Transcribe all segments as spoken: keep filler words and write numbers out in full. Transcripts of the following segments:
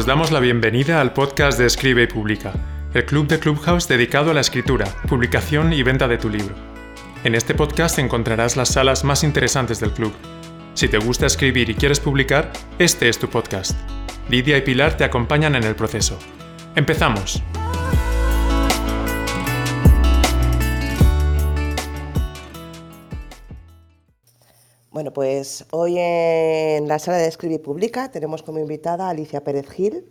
Os damos la bienvenida al podcast de Escribe y Publica, el club de Clubhouse dedicado a la escritura, publicación y venta de tu libro. En este podcast encontrarás las salas más interesantes del club. Si te gusta escribir y quieres publicar, este es tu podcast. Lidia y Pilar te acompañan en el proceso. ¡Empezamos! Bueno, pues hoy en la sala de Escribe y Publica tenemos como invitada a Alicia Pérez Gil,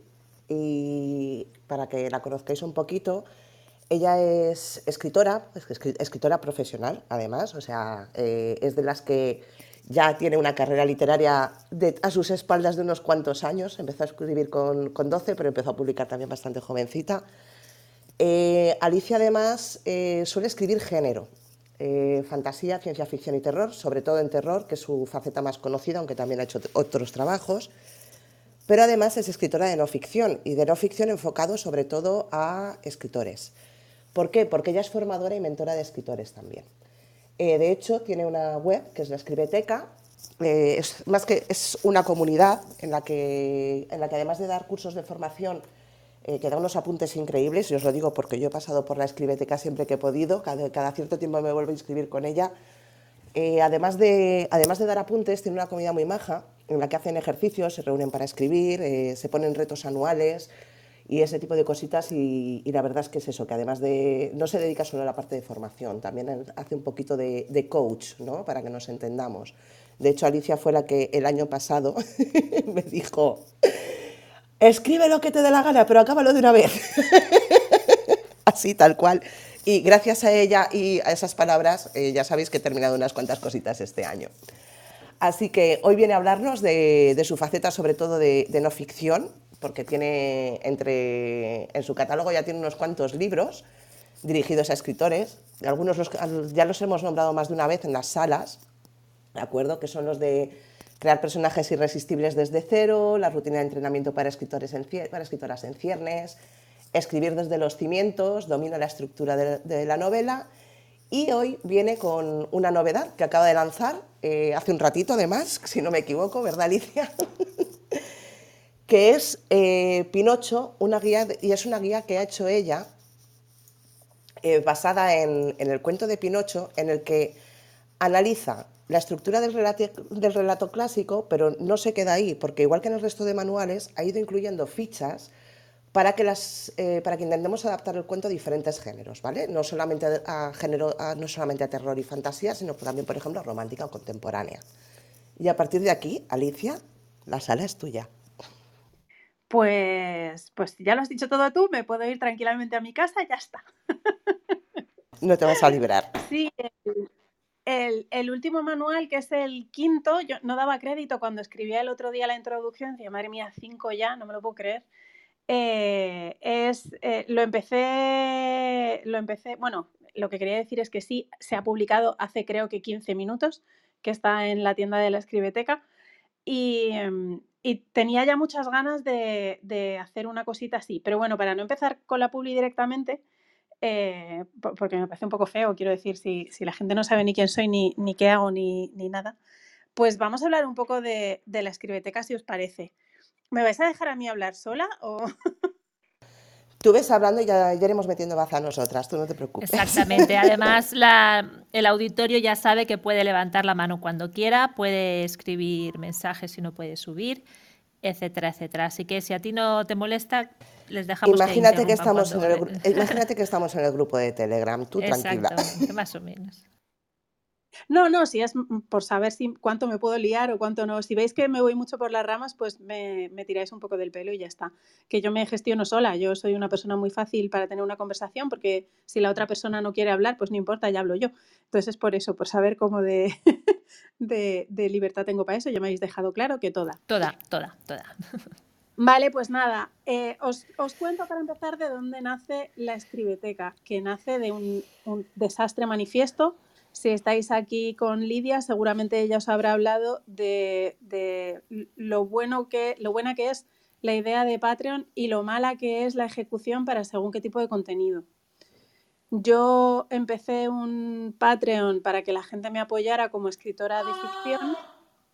y para que la conozcáis un poquito, ella es escritora, es escritora profesional además, o sea, eh, es de las que ya tiene una carrera literaria de, a sus espaldas de unos cuantos años. Empezó a escribir con, con doce, pero empezó a publicar también bastante jovencita. Eh, Alicia además eh, suele escribir género. Eh, fantasía, ciencia ficción y terror, sobre todo en terror, que es su faceta más conocida, aunque también ha hecho otros trabajos. Pero además es escritora de no ficción, y de no ficción enfocado sobre todo a escritores. ¿Por qué? Porque ella es formadora y mentora de escritores también. Eh, de hecho, tiene una web que es la Escribeteca. Eh, es, más que, es una comunidad en la, que, en la que además de dar cursos de formación, Eh, que da unos apuntes increíbles, y os lo digo porque yo he pasado por la Escribeteca siempre que he podido, cada, cada cierto tiempo me vuelvo a inscribir con ella. Eh, además, de, además de dar apuntes, tiene una comunidad muy maja en la que hacen ejercicios, se reúnen para escribir, eh, se ponen retos anuales y ese tipo de cositas, y, y la verdad es que es eso, que además de, no se dedica solo a la parte de formación, también hace un poquito de, de coach, ¿no?, para que nos entendamos. De hecho, Alicia fue la que el año pasado me dijo: escribe lo que te dé la gana, pero acábalo de una vez. Así, tal cual. Y gracias a ella y a esas palabras, eh, ya sabéis que he terminado unas cuantas cositas este año. Así que hoy viene a hablarnos de, de su faceta, sobre todo de, de no ficción, porque tiene entre, en su catálogo ya tiene unos cuantos libros dirigidos a escritores. Algunos los, ya los hemos nombrado más de una vez en las salas, ¿de acuerdo? Que son los de crear personajes irresistibles desde cero, la rutina de entrenamiento para, escritores en, para escritoras en ciernes, escribir desde los cimientos, domina la estructura de, de la novela. Y hoy viene con una novedad que acaba de lanzar eh, hace un ratito, además, si no me equivoco, ¿verdad, Alicia? que es eh, Pinocho, una guía, de, y es una guía que ha hecho ella eh, basada en, en el cuento de Pinocho, en el que analiza la estructura del relato, del relato clásico, pero no se queda ahí, porque igual que en el resto de manuales, ha ido incluyendo fichas para que, las, eh, para que intentemos adaptar el cuento a diferentes géneros, ¿vale? No solamente a, género, a, no solamente a terror y fantasía, sino también, por ejemplo, a romántica o contemporánea. Y a partir de aquí, Alicia, la sala es tuya. Pues, pues ya lo has dicho todo tú, me puedo ir tranquilamente a mi casa y ya está. No te vas a librar. Sí, el, el, el último manual, que es el quinto, yo no daba crédito cuando escribía el otro día la introducción, decía, madre mía, cinco ya, no me lo puedo creer. Eh, es, eh, lo empecé, lo empecé, bueno, lo que quería decir es que sí, se ha publicado hace creo que quince minutos, que está en la tienda de la Escribeteca, y, y tenía ya muchas ganas de, de hacer una cosita así, pero bueno, para no empezar con la publi directamente, eh, porque me parece un poco feo, quiero decir, si, si la gente no sabe ni quién soy, ni, ni qué hago, ni, ni nada, pues vamos a hablar un poco de, de la Escribeteca, si os parece. ¿Me vais a dejar a mí hablar sola o...? Tú ves hablando y ya, ya iremos metiendo baza a nosotras, tú no te preocupes. Exactamente. Además, la, el auditorio ya sabe que puede levantar la mano cuando quiera, puede escribir mensajes si no puede subir, etcétera, etcétera. Así que si a ti no te molesta, les dejamos imagínate que que estamos en el, cuando... Imagínate que estamos en el grupo de Telegram, tú tranquila. Exacto, más o menos. No, no, si es por saber si cuánto me puedo liar o cuánto no. Si veis que me voy mucho por las ramas, pues me, me tiráis un poco del pelo y ya está. Que yo me gestiono sola. Yo soy una persona muy fácil para tener una conversación, porque si la otra persona no quiere hablar, pues no importa, ya hablo yo. Entonces es por eso, por saber cómo de, de, de libertad tengo para eso. Ya me habéis dejado claro que toda. Toda, toda, toda. Vale, pues nada, eh, os, os cuento para empezar de dónde nace la Escribeteca, que nace de un, un desastre manifiesto. Si estáis aquí con Lidia, seguramente ella os habrá hablado de, de lo, bueno que, lo buena que es la idea de Patreon y lo mala que es la ejecución para según qué tipo de contenido. Yo empecé un Patreon para que la gente me apoyara como escritora de ficción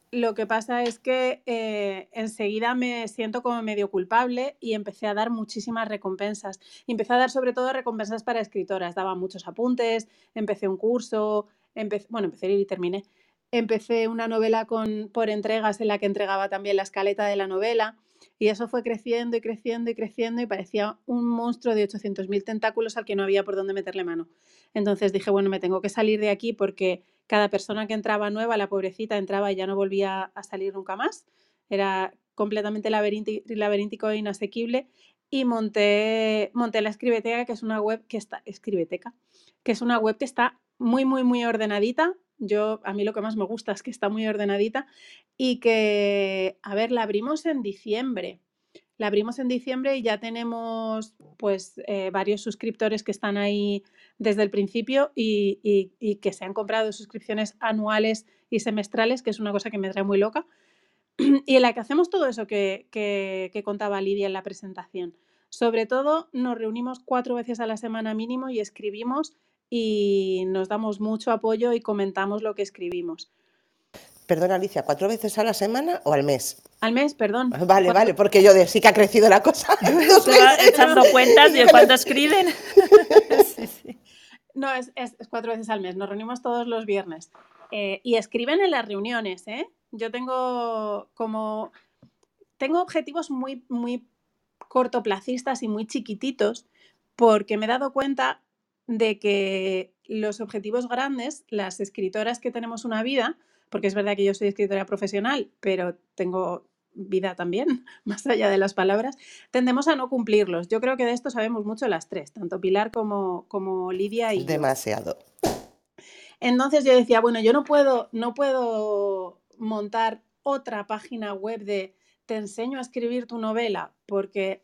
Lo que pasa es que eh, enseguida me siento como medio culpable y empecé a dar muchísimas recompensas. Y empecé a dar sobre todo recompensas para escritoras. Daba muchos apuntes, empecé un curso, empecé, bueno, empecé y terminé. Empecé una novela con, por entregas en la que entregaba también la escaleta de la novela. Y eso fue creciendo y creciendo y creciendo y parecía un monstruo de ochocientos mil tentáculos al que no había por dónde meterle mano. Entonces dije, bueno, me tengo que salir de aquí porque cada persona que entraba nueva, la pobrecita, entraba y ya no volvía a salir nunca más. Era completamente laberíntico e inasequible. Y monté, monté la Escribeteca, que es una web que está... Escribeteca, que es una web que está muy, muy, muy ordenadita. Yo, a mí lo que más me gusta es que está muy ordenadita y que, a ver, la abrimos en diciembre. La abrimos en diciembre y ya tenemos pues eh, varios suscriptores que están ahí desde el principio y, y, y que se han comprado suscripciones anuales y semestrales, que es una cosa que me trae muy loca. Y en la que hacemos todo eso que, que, que contaba Lidia en la presentación. Sobre todo nos reunimos cuatro veces a la semana mínimo y escribimos y nos damos mucho apoyo y comentamos lo que escribimos. Perdona, Alicia, ¿cuatro veces a la semana o al mes? Al mes, perdón. Vale, ¿Cuánto? Vale, porque yo de sí que ha crecido la cosa. Se va echando cuentas de cuánto escriben. Sí, sí. No, es, es, es cuatro veces al mes. Nos reunimos todos los viernes. Eh, y escriben en las reuniones, ¿eh? Yo tengo como... Tengo objetivos muy, muy cortoplacistas y muy chiquititos porque me he dado cuenta de que los objetivos grandes, las escritoras que tenemos una vida, porque es verdad que yo soy escritora profesional, pero tengo vida también, más allá de las palabras, tendemos a no cumplirlos. Yo creo que de esto sabemos mucho las tres, tanto Pilar como, como Lidia y yo. Demasiado. Entonces yo decía, bueno, yo no puedo, no puedo montar otra página web de te enseño a escribir tu novela, porque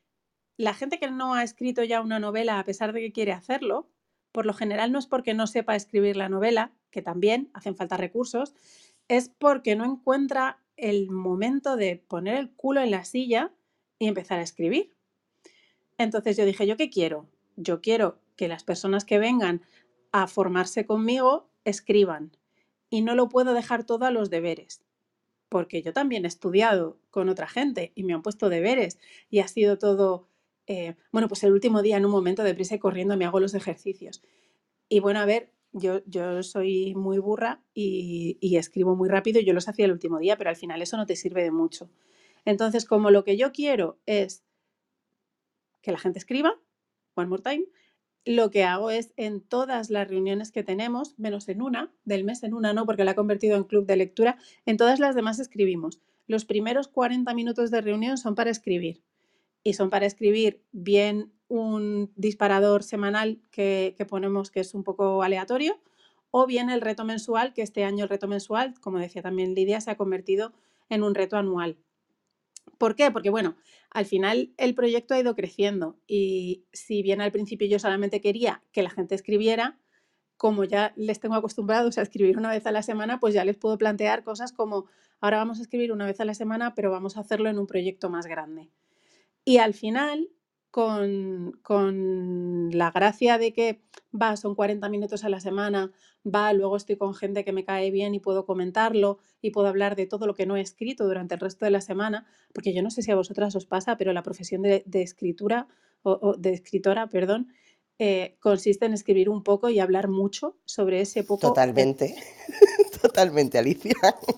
la gente que no ha escrito ya una novela a pesar de que quiere hacerlo, por lo general no es porque no sepa escribir la novela, que también hacen falta recursos, es porque no encuentra el momento de poner el culo en la silla y empezar a escribir. Entonces yo dije, ¿yo qué quiero? Yo quiero que las personas que vengan a formarse conmigo escriban y no lo puedo dejar todo a los deberes, porque yo también he estudiado con otra gente y me han puesto deberes y ha sido todo, eh, bueno, pues el último día en un momento de prisa y corriendo me hago los ejercicios. Y bueno, a ver, yo, yo soy muy burra y, y escribo muy rápido y yo los hacía el último día, pero al final eso no te sirve de mucho. Entonces, como lo que yo quiero es que la gente escriba, one more time, lo que hago es en todas las reuniones que tenemos, menos en una, del mes en una no, porque la he convertido en club de lectura, en todas las demás escribimos. Los primeros cuarenta minutos de reunión son para escribir. Y son para escribir bien un disparador semanal que, que ponemos que es un poco aleatorio, o bien el reto mensual, que este año el reto mensual, como decía también Lidia, se ha convertido en un reto anual. ¿Por qué? Porque, bueno, al final el proyecto ha ido creciendo y si bien al principio yo solamente quería que la gente escribiera, como ya les tengo acostumbrados a escribir una vez a la semana, pues ya les puedo plantear cosas como, ahora vamos a escribir una vez a la semana, pero vamos a hacerlo en un proyecto más grande. Y al final, con, con la gracia de que va, son cuarenta minutos a la semana, va, luego estoy con gente que me cae bien y puedo comentarlo y puedo hablar de todo lo que no he escrito durante el resto de la semana, porque yo no sé si a vosotras os pasa, pero la profesión de, de escritura, o, o de escritora, perdón, eh, consiste en escribir un poco y hablar mucho sobre ese poco. Totalmente, totalmente, Alicia.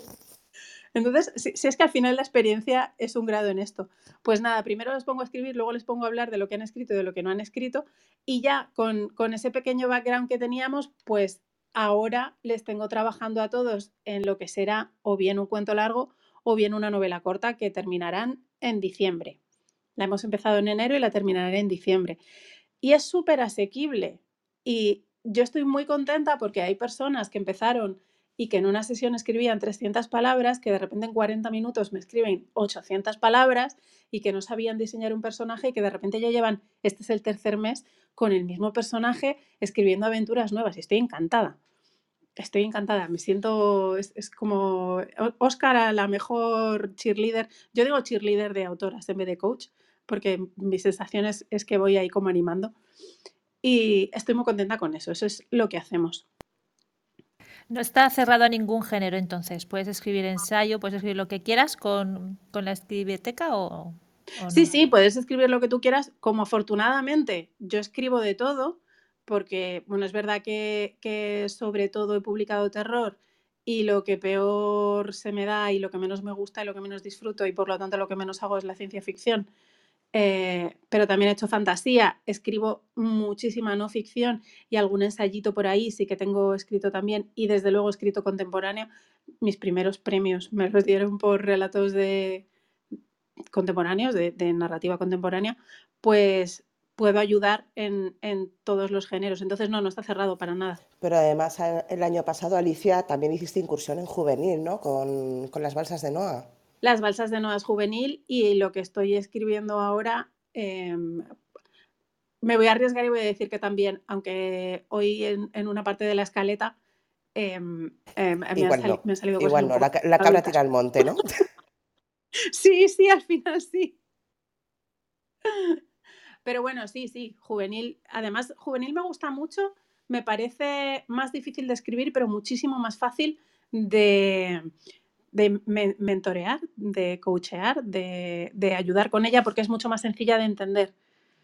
Entonces, si, si es que al final la experiencia es un grado en esto. Pues nada, primero les pongo a escribir, luego les pongo a hablar de lo que han escrito y de lo que no han escrito, y ya con, con ese pequeño background que teníamos, pues ahora les tengo trabajando a todos en lo que será o bien un cuento largo o bien una novela corta que terminarán en diciembre. La hemos empezado en enero y la terminaré en diciembre. Y es súper asequible. Y yo estoy muy contenta porque hay personas que empezaron y que en una sesión escribían trescientas palabras, que de repente en cuarenta minutos me escriben ochocientas palabras y que no sabían diseñar un personaje y que de repente ya llevan, este es el tercer mes, con el mismo personaje escribiendo aventuras nuevas y estoy encantada. Estoy encantada, me siento, es, es como Oscar a la mejor cheerleader. Yo digo cheerleader de autoras en vez de coach, porque mi sensación es, es que voy ahí como animando. Y estoy muy contenta con eso, eso es lo que hacemos. No está cerrado a ningún género, entonces. Puedes escribir ensayo, puedes escribir lo que quieras con, con la escribeteca o, o Sí, no. sí, puedes escribir lo que tú quieras. Como afortunadamente yo escribo de todo, porque, bueno, es verdad que, que sobre todo he publicado terror y lo que peor se me da y lo que menos me gusta y lo que menos disfruto y por lo tanto lo que menos hago es la ciencia ficción. Eh, pero también he hecho fantasía, escribo muchísima no ficción y algún ensayito por ahí sí que tengo escrito también y desde luego he escrito contemporáneo. Mis primeros premios me los dieron por relatos de contemporáneos, de, de narrativa contemporánea, pues puedo ayudar en, en todos los géneros. Entonces no, no está cerrado para nada. Pero además el año pasado, Alicia, también hiciste incursión en juvenil, ¿no? Con, con las balsas de Noa. Las balsas de Noa es juvenil y lo que estoy escribiendo ahora, eh, me voy a arriesgar y voy a decir que también, aunque hoy en, en una parte de la escaleta eh, eh, me, han Igual sali- no, me han salido cosas igual un no, poco la, la cabra adultas. tira al monte, ¿no? Sí, sí, al final sí. Pero bueno, sí, sí, juvenil. Además, juvenil me gusta mucho, me parece más difícil de escribir, pero muchísimo más fácil de, de me- mentorear, de coachear, de, de ayudar con ella, porque es mucho más sencilla de entender.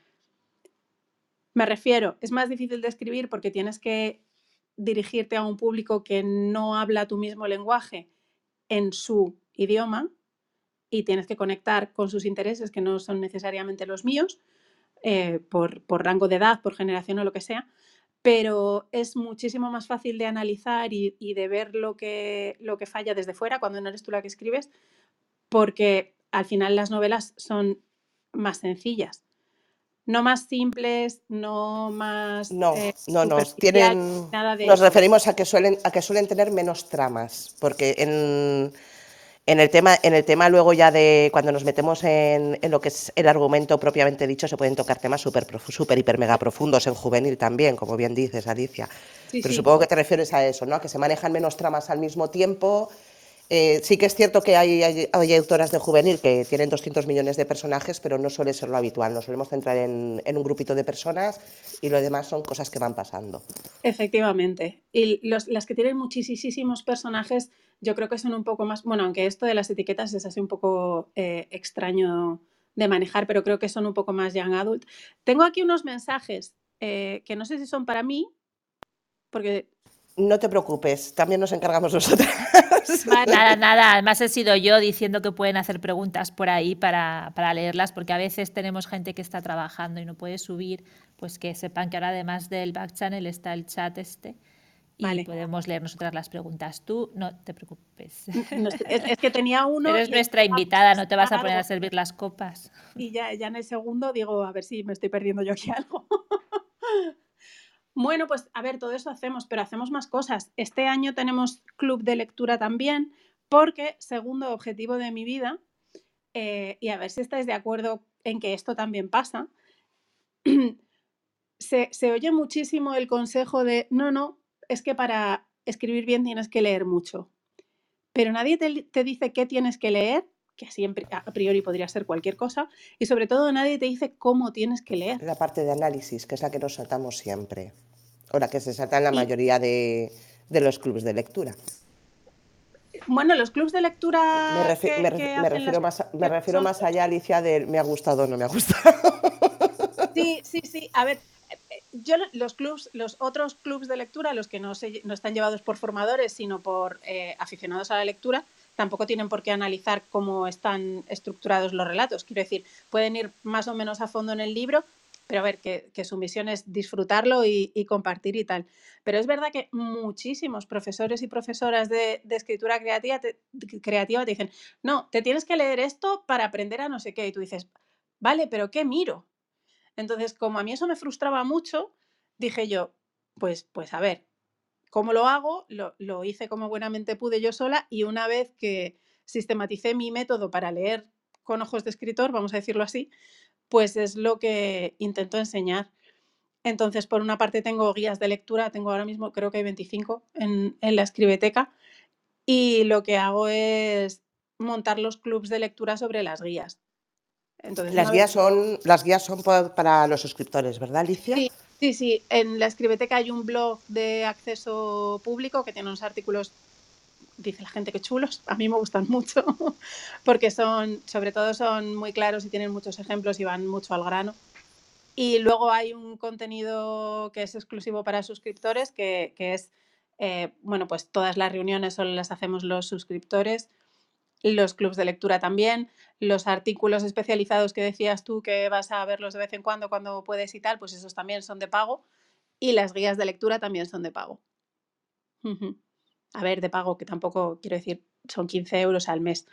Me refiero, es más difícil de escribir porque tienes que dirigirte a un público que no habla tu mismo lenguaje en su idioma y tienes que conectar con sus intereses que no son necesariamente los míos, eh, por, por rango de edad, por generación o lo que sea, pero es muchísimo más fácil de analizar y, y de ver lo que, lo que falla desde fuera cuando no eres tú la que escribes, porque al final las novelas son más sencillas. No más simples, no más No, eh, no, nos superficiales, tienen, nada de nos eso. referimos a que suelen, a que suelen tener menos tramas, porque en, en el tema, en el tema luego ya de cuando nos metemos en, en lo que es el argumento propiamente dicho, se pueden tocar temas súper, súper, hiper, mega profundos en juvenil también, como bien dices, Alicia. Sí, Pero sí. supongo que te refieres a eso, ¿no? A que se manejan menos tramas al mismo tiempo. Eh, sí que es cierto que hay, hay, hay autoras de juvenil que tienen doscientos millones de personajes, pero no suele ser lo habitual. Nos solemos centrar en, en un grupito de personas y lo demás son cosas que van pasando. Efectivamente. Y los, las que tienen muchísimos personajes, yo creo que son un poco más, bueno, aunque esto de las etiquetas es así un poco eh, extraño de manejar, pero creo que son un poco más young adult. Tengo aquí unos mensajes eh, que no sé si son para mí, porque... No te preocupes, también nos encargamos nosotras. Vale. Nada, nada. Además he sido yo diciendo que pueden hacer preguntas por ahí para, para leerlas, porque a veces tenemos gente que está trabajando y no puede subir, pues que sepan que ahora además del back channel está el chat este y Vale. podemos leer nosotras las preguntas. Tú no te preocupes. No, es, es que tenía uno... Eres y nuestra invitada, no te vas a algo. poner a servir las copas. Y ya, ya en el segundo digo, a ver si me estoy perdiendo yo aquí algo. Bueno, pues a ver, todo eso hacemos, pero hacemos más cosas. Este año tenemos club de lectura también, porque segundo objetivo de mi vida, eh, y a ver si estáis de acuerdo en que esto también pasa, se, se oye muchísimo el consejo de, no, no, es que para escribir bien tienes que leer mucho, pero nadie te, te dice qué tienes que leer, que así a priori podría ser cualquier cosa, y sobre todo nadie te dice cómo tienes que leer. La parte de análisis, que es la que nos saltamos siempre, o la que se salta en la Y, mayoría de, de los clubes de lectura. Bueno, los clubs de lectura Me, refi que, me, que me hacen refiero, las... más, me refiero son... más allá, Alicia, de me ha gustado o no me ha gustado. Sí, sí, sí. A ver, yo los clubs, los otros clubs de lectura, los que no, se, no están llevados por formadores, sino por eh, aficionados a la lectura, tampoco tienen por qué analizar cómo están estructurados los relatos. Quiero decir, pueden ir más o menos a fondo en el libro, pero a ver, que, que su misión es disfrutarlo y, y compartir y tal. Pero es verdad que muchísimos profesores y profesoras de, de escritura creativa te, creativa te dicen, no, te tienes que leer esto para aprender a no sé qué. Y tú dices, vale, pero ¿qué miro? Entonces, como a mí eso me frustraba mucho, dije yo, pues, pues a ver, ¿cómo lo hago? Lo, lo hice como buenamente pude yo sola y una vez que sistematicé mi método para leer con ojos de escritor, vamos a decirlo así, pues es lo que intento enseñar. Entonces, por una parte tengo guías de lectura, tengo ahora mismo creo que hay veinticinco en, en la escribeteca y lo que hago es montar los clubs de lectura sobre las guías. Entonces, Las una guías vez... son, las guías son para los suscriptores, ¿verdad, Alicia? Sí, Sí, sí, en la Escribeteca hay un blog de acceso público que tiene unos artículos, dice la gente que chulos, a mí me gustan mucho, porque son, sobre todo son muy claros y tienen muchos ejemplos y van mucho al grano. Y luego hay un contenido que es exclusivo para suscriptores, que, que es, eh, bueno, pues todas las reuniones solo las hacemos los suscriptores, los clubs de lectura también, los artículos especializados que decías tú que vas a verlos de vez en cuando, cuando puedes y tal, pues esos también son de pago, y las guías de lectura también son de pago. Uh-huh. A ver, de pago, que tampoco, quiero decir, son quince euros al mes.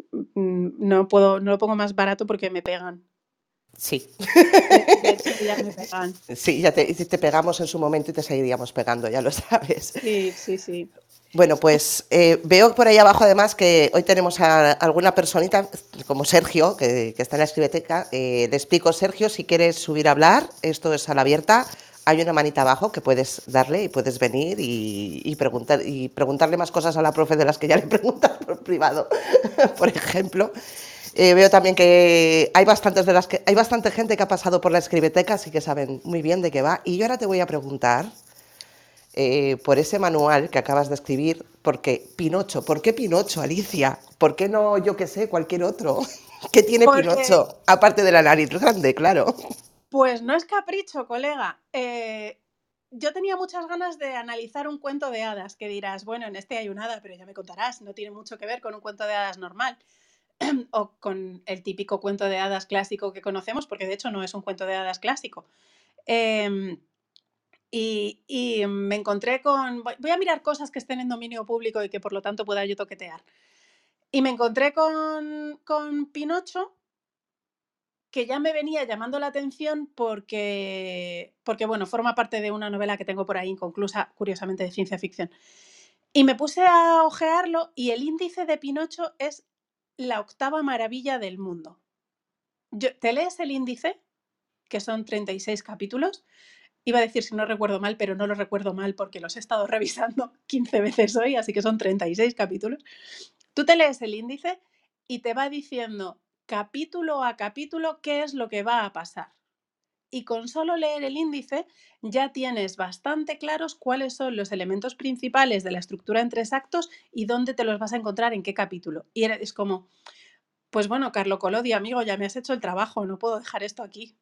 No puedo, no lo pongo más barato porque me pegan. Sí. De, de hecho, ya me pegan. Sí, ya te, te pegamos en su momento y te seguiríamos pegando, ya lo sabes. Sí, sí, sí. Bueno, pues eh, veo por ahí abajo además que hoy tenemos a alguna personita como Sergio, que, que está en la Escribeteca. Eh, le explico, Sergio, si quieres subir a hablar, esto es a la abierta, hay una manita abajo que puedes darle y puedes venir y, y, preguntar, y preguntarle más cosas a la profe de las que ya le preguntas por privado, por ejemplo. Eh, veo también que hay bastantes de las que hay bastante gente que ha pasado por la Escribeteca, así que saben muy bien de qué va. Y yo ahora te voy a preguntar eh, por ese manual que acabas de escribir, porque Pinocho, ¿por qué Pinocho, Alicia? ¿Por qué no, yo qué sé, cualquier otro? ¿Qué tiene Porque, Pinocho? Aparte de la nariz grande, claro. Pues no es capricho, colega. Eh, yo tenía muchas ganas de analizar un cuento de hadas, que dirás, bueno, en este hay un hada, pero ya me contarás, no tiene mucho que ver con un cuento de hadas normal o con el típico cuento de hadas clásico que conocemos, porque de hecho no es un cuento de hadas clásico. Eh, y, y me encontré con... Voy a mirar cosas que estén en dominio público y que por lo tanto pueda yo toquetear. Y me encontré con, con Pinocho, que ya me venía llamando la atención porque, porque, bueno, forma parte de una novela que tengo por ahí inconclusa, curiosamente de ciencia ficción. Y me puse a ojearlo y el índice de Pinocho es la octava maravilla del mundo. Yo, ¿te lees el índice? Que son treinta y seis capítulos. Iba a decir si no recuerdo mal, pero no lo recuerdo mal porque los he estado revisando quince veces hoy, así que son treinta y seis capítulos. Tú te lees el índice y te va diciendo capítulo a capítulo qué es lo que va a pasar. Y con solo leer el índice ya tienes bastante claros cuáles son los elementos principales de la estructura en tres actos y dónde te los vas a encontrar en qué capítulo. Y es como, pues bueno, Carlo Collodi, amigo, ya me has hecho el trabajo, no puedo dejar esto aquí.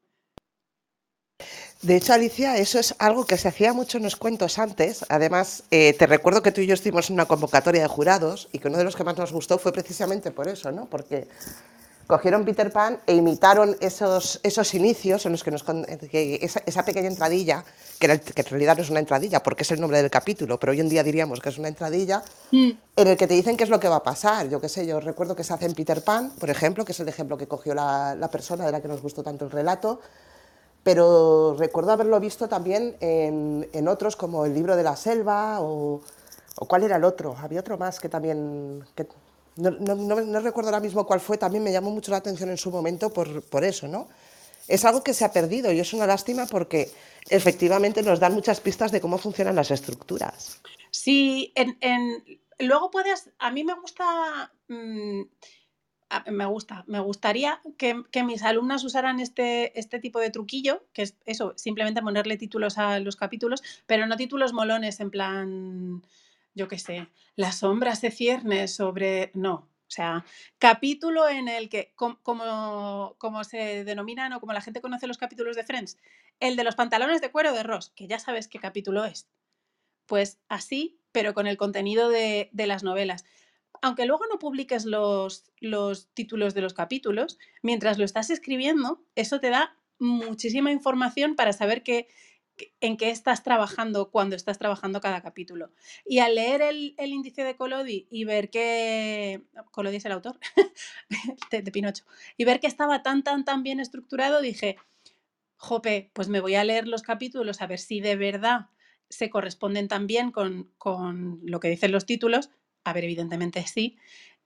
De hecho, Alicia, eso es algo que se hacía mucho en los cuentos antes. Además, eh, te recuerdo que tú y yo estuvimos en una convocatoria de jurados y que uno de los que más nos gustó fue precisamente por eso, ¿no? Porque cogieron Peter Pan e imitaron esos, esos inicios en los que nos que esa, esa pequeña entradilla, que, era, que en realidad no es una entradilla porque es el nombre del capítulo, pero hoy en día diríamos que es una entradilla, mm. en el que te dicen qué es lo que va a pasar. Yo qué sé, yo recuerdo que se hace en Peter Pan, por ejemplo, que es el ejemplo que cogió la, la persona de la que nos gustó tanto el relato, pero recuerdo haberlo visto también en, en otros como el libro de la selva o, o ¿cuál era el otro? Había otro más que también... Que, no, no, no, no recuerdo ahora mismo cuál fue, también me llamó mucho la atención en su momento por, por eso, ¿no? Es algo que se ha perdido y es una lástima porque efectivamente nos dan muchas pistas de cómo funcionan las estructuras. Sí, en, en, luego puedes, a mí me gusta... Mmm, me gusta, me gustaría que, que mis alumnas usaran este, este tipo de truquillo, que es eso, simplemente ponerle títulos a los capítulos, pero no títulos molones en plan, yo qué sé, la sombra se cierne sobre... No, o sea, capítulo en el que, como, como, como se denominan o como la gente conoce los capítulos de Friends, el de los pantalones de cuero de Ross, que ya sabes qué capítulo es. Pues así, pero con el contenido de, de las novelas. Aunque luego no publiques los, los títulos de los capítulos, mientras lo estás escribiendo, eso te da muchísima información para saber qué, en qué estás trabajando cuando estás trabajando cada capítulo. Y al leer el, el índice de Collodi y ver que... Collodi es el autor de, de Pinocho. Y ver que estaba tan, tan, tan bien estructurado, dije, jope, pues me voy a leer los capítulos a ver si de verdad se corresponden también con, con lo que dicen los títulos. A ver, evidentemente sí.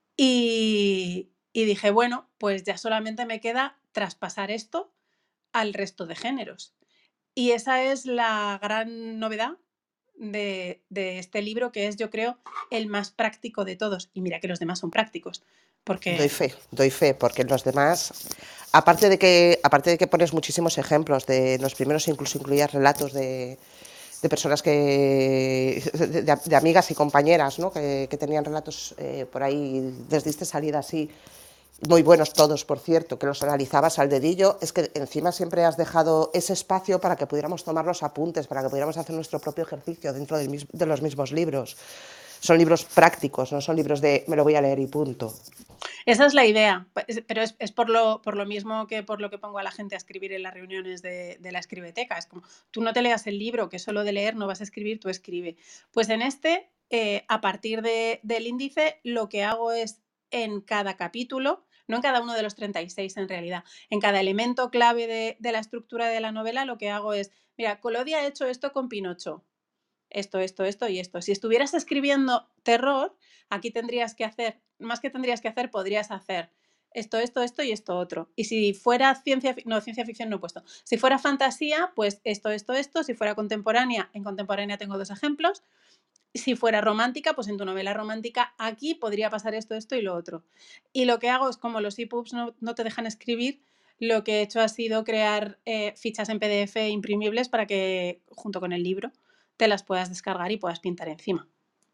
Y, y dije, bueno, pues ya solamente me queda traspasar esto al resto de géneros. Y esa es la gran novedad de, de este libro, que es, yo creo, el más práctico de todos. Y mira que los demás son prácticos. Porque... Doy fe, doy fe, porque los demás, aparte de que, aparte de que pones muchísimos ejemplos, de los primeros incluso incluías relatos de, de personas que, de, de amigas y compañeras, ¿no? que, que tenían relatos eh, por ahí, les diste salida así, muy buenos todos, por cierto, que los analizabas al dedillo, es que encima siempre has dejado ese espacio para que pudiéramos tomar los apuntes, para que pudiéramos hacer nuestro propio ejercicio dentro del mis, de los mismos libros. Son libros prácticos, no son libros de me lo voy a leer y punto. Esa es la idea, pero es, es por, lo, por lo mismo que por lo que pongo a la gente a escribir en las reuniones de, de la escribeteca. Es como, tú no te leas el libro, que solo de leer no vas a escribir, tú escribe. Pues en este, eh, a partir de, del índice, lo que hago es en cada capítulo, no en cada uno de los treinta y seis en realidad, en cada elemento clave de, de la estructura de la novela, lo que hago es, mira, Collodi ha hecho esto con Pinocho. Esto, esto, esto y esto. Si estuvieras escribiendo terror, aquí tendrías que hacer, más que tendrías que hacer, podrías hacer esto, esto, esto y esto otro. Y si fuera ciencia, no, ciencia ficción no he puesto. Si fuera fantasía, pues esto, esto, esto. Si fuera contemporánea, en contemporánea tengo dos ejemplos. Si fuera romántica, pues en tu novela romántica aquí podría pasar esto, esto y lo otro. Y lo que hago es, como los EPUBs no, no te dejan escribir, lo que he hecho ha sido crear eh, fichas en P D F imprimibles para que, junto con el libro, te las puedas descargar y puedas pintar encima.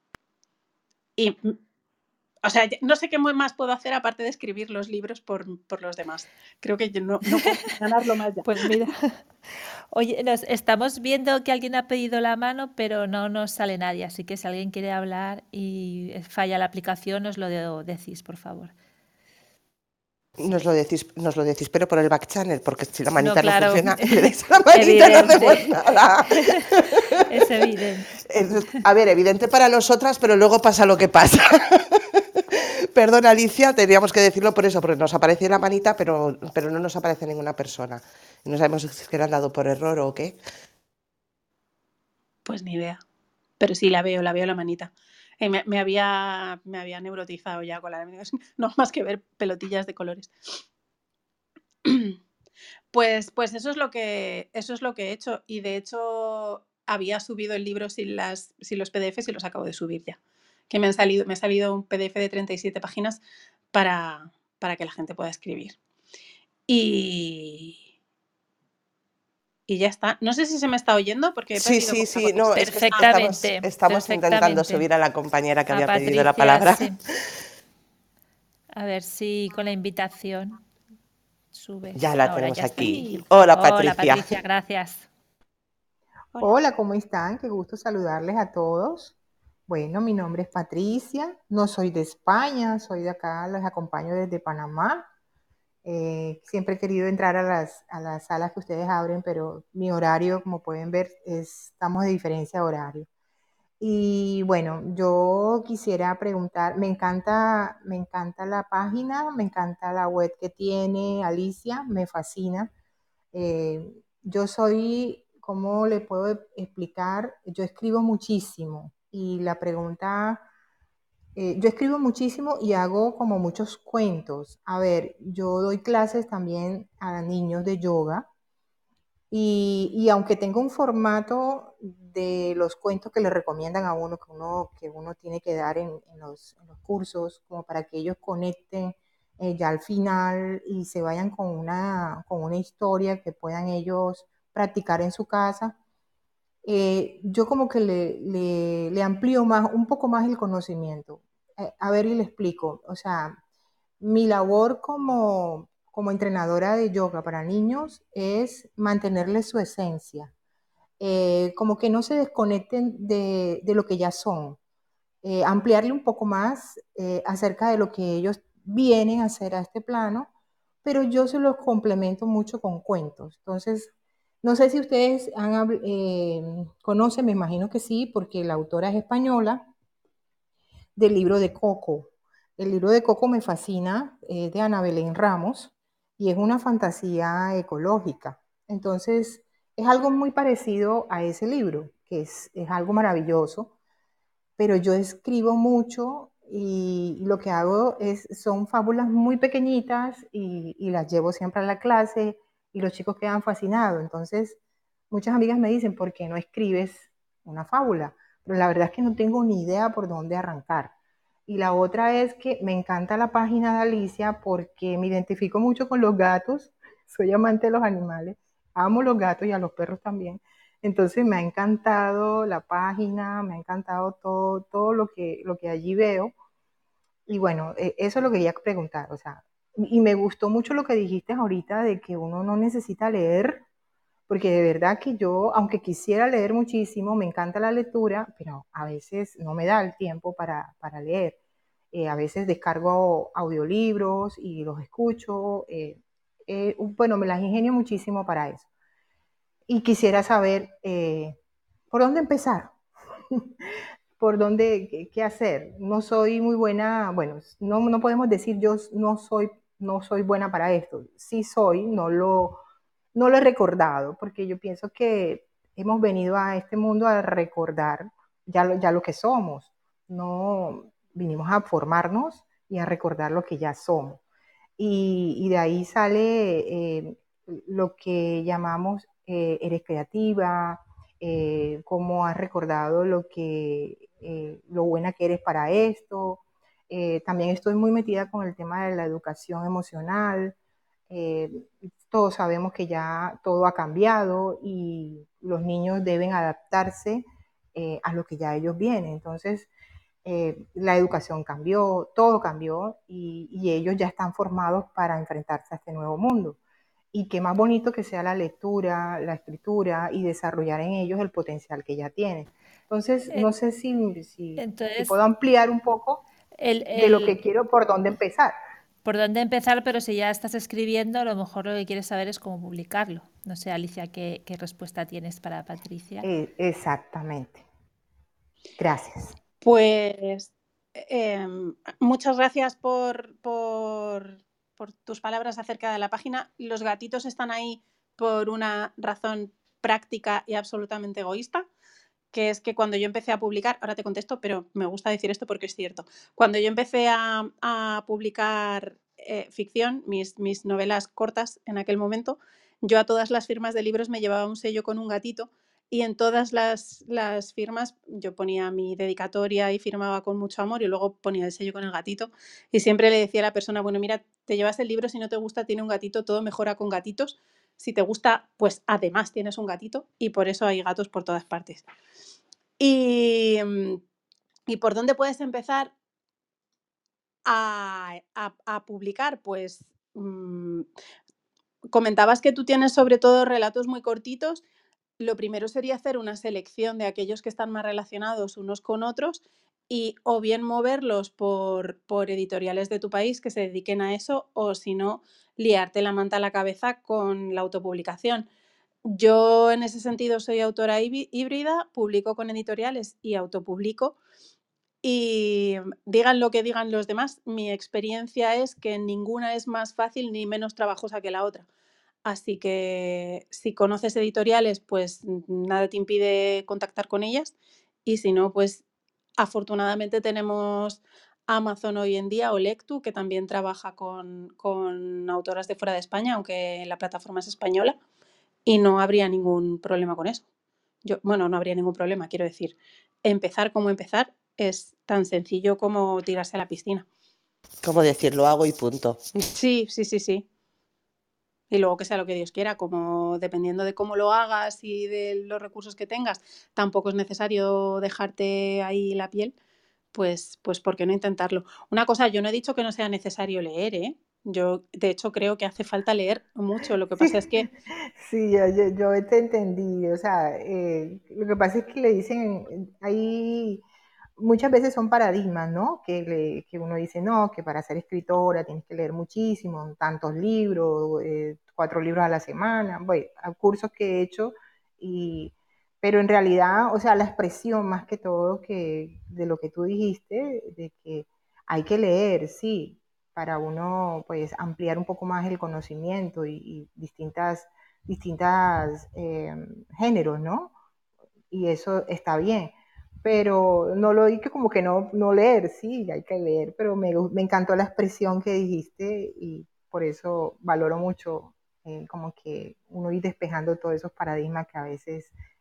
Y, o sea, no sé qué más puedo hacer aparte de escribir los libros por, por los demás. Creo que yo no, no puedo ganarlo más ya. Pues mira, oye, nos estamos viendo que alguien ha pedido la mano, pero no nos sale nadie, así que si alguien quiere hablar y falla la aplicación, nos lo decís, por favor. Nos lo decís, nos lo decís, pero por el back channel, porque si la manita no, claro. no funciona, le dais la manita y no hacemos nada. Es evidente. A ver, evidente para nosotras, pero luego pasa lo que pasa. Perdón, Alicia, teníamos que decirlo por eso, porque nos aparece la manita, pero, pero no nos aparece ninguna persona. No sabemos si es que le han dado por error o qué. Pues ni idea. Pero sí la veo, la veo la manita. Eh, me, me, había, me había neurotizado ya con la... No más que ver pelotillas de colores. Pues, pues eso es lo que eso es lo que he hecho. Y de hecho había subido el libro sin, las, sin los P D Fs y los acabo de subir ya. Que me, han salido, me ha salido un P D F de treinta y siete páginas para, para que la gente pueda escribir. Y... Y ya está. No sé si se me está oyendo porque he Sí, sí, sí. No, es que perfectamente. Estamos, estamos perfectamente. intentando subir a la compañera que a había Patricia, pedido la palabra. Sí. A ver si con la invitación sube. Ya la Ahora tenemos ya aquí. Está. Hola, Patricia. Hola, Patricia, gracias. Hola. Hola, ¿cómo están? Qué gusto saludarles a todos. Bueno, mi nombre es Patricia, no soy de España, soy de acá, les acompaño desde Panamá. Eh, siempre he querido entrar a las, a las salas que ustedes abren, pero mi horario, como pueden ver, es, estamos de diferencia de horario. Y bueno, yo quisiera preguntar, me encanta, me encanta la página, me encanta la web que tiene Alicia, me fascina. Eh, yo soy, ¿cómo le puedo explicar? Yo escribo muchísimo y la pregunta... Eh, yo escribo muchísimo y hago como muchos cuentos. A ver, yo doy clases también a niños de yoga y, y aunque tengo un formato de los cuentos que le recomiendan a uno, que uno, que uno tiene que dar en, en, los, en los cursos, como para que ellos conecten eh, ya al final y se vayan con una, con una historia que puedan ellos practicar en su casa. Eh, yo como que le, le, le amplío más, un poco más el conocimiento. Eh, a ver, y le explico. O sea, mi labor como, como entrenadora de yoga para niños es mantenerles su esencia. Eh, como que no se desconecten de, de lo que ya son. Eh, ampliarle un poco más eh, acerca de lo que ellos vienen a hacer a este plano, pero yo se los complemento mucho con cuentos. Entonces, no sé si ustedes han, eh, conocen, me imagino que sí, porque la autora es española, del libro de Coco. El libro de Coco me fascina, es de Ana Belén Ramos y es una fantasía ecológica. Entonces, es algo muy parecido a ese libro, que es, es algo maravilloso, pero yo escribo mucho y lo que hago es, son fábulas muy pequeñitas y, y las llevo siempre a la clase y los chicos quedan fascinados. Entonces, muchas amigas me dicen, ¿por qué no escribes una fábula, pero la verdad es que no tengo ni idea por dónde arrancar. Y la otra es que me encanta la página de Alicia porque me identifico mucho con los gatos, soy amante de los animales, amo los gatos y a los perros también. Entonces me ha encantado la página, me ha encantado todo, todo lo que, lo que allí veo. Y bueno, eh, eso es lo que quería preguntar, o sea, y me gustó mucho lo que dijiste ahorita de que uno no necesita leer, porque de verdad que yo, aunque quisiera leer muchísimo, me encanta la lectura, pero a veces no me da el tiempo para, para leer. Eh, a veces descargo audiolibros y los escucho. Eh, eh, bueno, me las ingenio muchísimo para eso. Y quisiera saber eh, por dónde empezar. Por dónde, qué, qué, hacer. No soy muy buena, bueno, no, no podemos decir yo no soy, no soy buena para esto. Sí soy, no lo, no lo he recordado, porque yo pienso que hemos venido a este mundo a recordar ya lo, ya lo que somos. No vinimos a formarnos y a recordar lo que ya somos. Y, y de ahí sale eh, lo que llamamos eh, eres creativa, eh, cómo has recordado lo, que, eh, lo buena que eres para esto. Eh, también estoy muy metida con el tema de la educación emocional. Eh, todos sabemos que ya todo ha cambiado y los niños deben adaptarse eh, a lo que ya ellos vienen. Entonces, eh, la educación cambió, todo cambió y, y ellos ya están formados para enfrentarse a este nuevo mundo. Y qué más bonito que sea la lectura, la escritura y desarrollar en ellos el potencial que ya tienen. Entonces, no sé si, si, si Entonces, puedo ampliar un poco el, de lo que el, quiero, por dónde empezar. por dónde empezar, pero si ya estás escribiendo, a lo mejor lo que quieres saber es cómo publicarlo. No sé, Alicia, ¿qué, qué respuesta tienes para Patricia? Eh, exactamente. Gracias. Pues eh, muchas gracias por, por, por tus palabras acerca de la página. Los gatitos están ahí por una razón práctica y absolutamente egoísta, que es que cuando yo empecé a publicar, ahora te contesto, pero me gusta decir esto porque es cierto, cuando yo empecé a, a publicar eh, ficción, mis, mis novelas cortas en aquel momento, yo a todas las firmas de libros me llevaba un sello con un gatito y en todas las, las firmas yo ponía mi dedicatoria y firmaba con mucho amor y luego ponía el sello con el gatito y siempre le decía a la persona, bueno, mira, te llevas el libro, si no te gusta tiene un gatito, todo mejora con gatitos. Si te gusta, pues además tienes un gatito y por eso hay gatos por todas partes. ¿Y, ¿y por dónde puedes empezar a, a, a publicar? Pues mmm, comentabas que tú tienes sobre todo relatos muy cortitos. Lo primero sería hacer una selección de aquellos que están más relacionados unos con otros y o bien moverlos por, por editoriales de tu país que se dediquen a eso o si no, liarte la manta a la cabeza con la autopublicación. Yo en ese sentido soy autora híbrida, publico con editoriales y autopublico y digan lo que digan los demás, mi experiencia es que ninguna es más fácil ni menos trabajosa que la otra. Así que si conoces editoriales, pues nada te impide contactar con ellas y si no, pues afortunadamente tenemos Amazon hoy en día o Lectu, que también trabaja con, con autoras de fuera de España, aunque la plataforma es española. Y no habría ningún problema con eso. Yo, bueno, no habría ningún problema, quiero decir. Empezar como empezar es tan sencillo como tirarse a la piscina. ¿Cómo decir? Lo hago y punto. Sí, sí, sí, sí. Y luego que sea lo que Dios quiera, como dependiendo de cómo lo hagas y de los recursos que tengas, tampoco es necesario dejarte ahí la piel, pues, pues ¿por qué no intentarlo? Una cosa, yo no he dicho que no sea necesario leer, ¿eh? Yo, de hecho, creo que hace falta leer mucho. Lo que pasa Sí, es que... sí, yo, yo, yo te entendí. O sea, eh, lo que pasa es que le dicen, ahí muchas veces son paradigmas, ¿no? Que, le, que uno dice, no, que para ser escritora tienes que leer muchísimo, tantos libros, eh, cuatro libros a la semana, bueno, cursos que he hecho, y, pero en realidad, o sea, la expresión más que todo que de lo que tú dijiste, de que hay que leer, sí, para uno pues ampliar un poco más el conocimiento y, y distintas, distintas eh, géneros, ¿no? Y eso está bien. Pero no lo dije como que no, no leer, sí, hay que leer, pero me, me encantó la expresión que dijiste y por eso valoro mucho eh, como que uno ir despejando todos esos paradigmas que a veces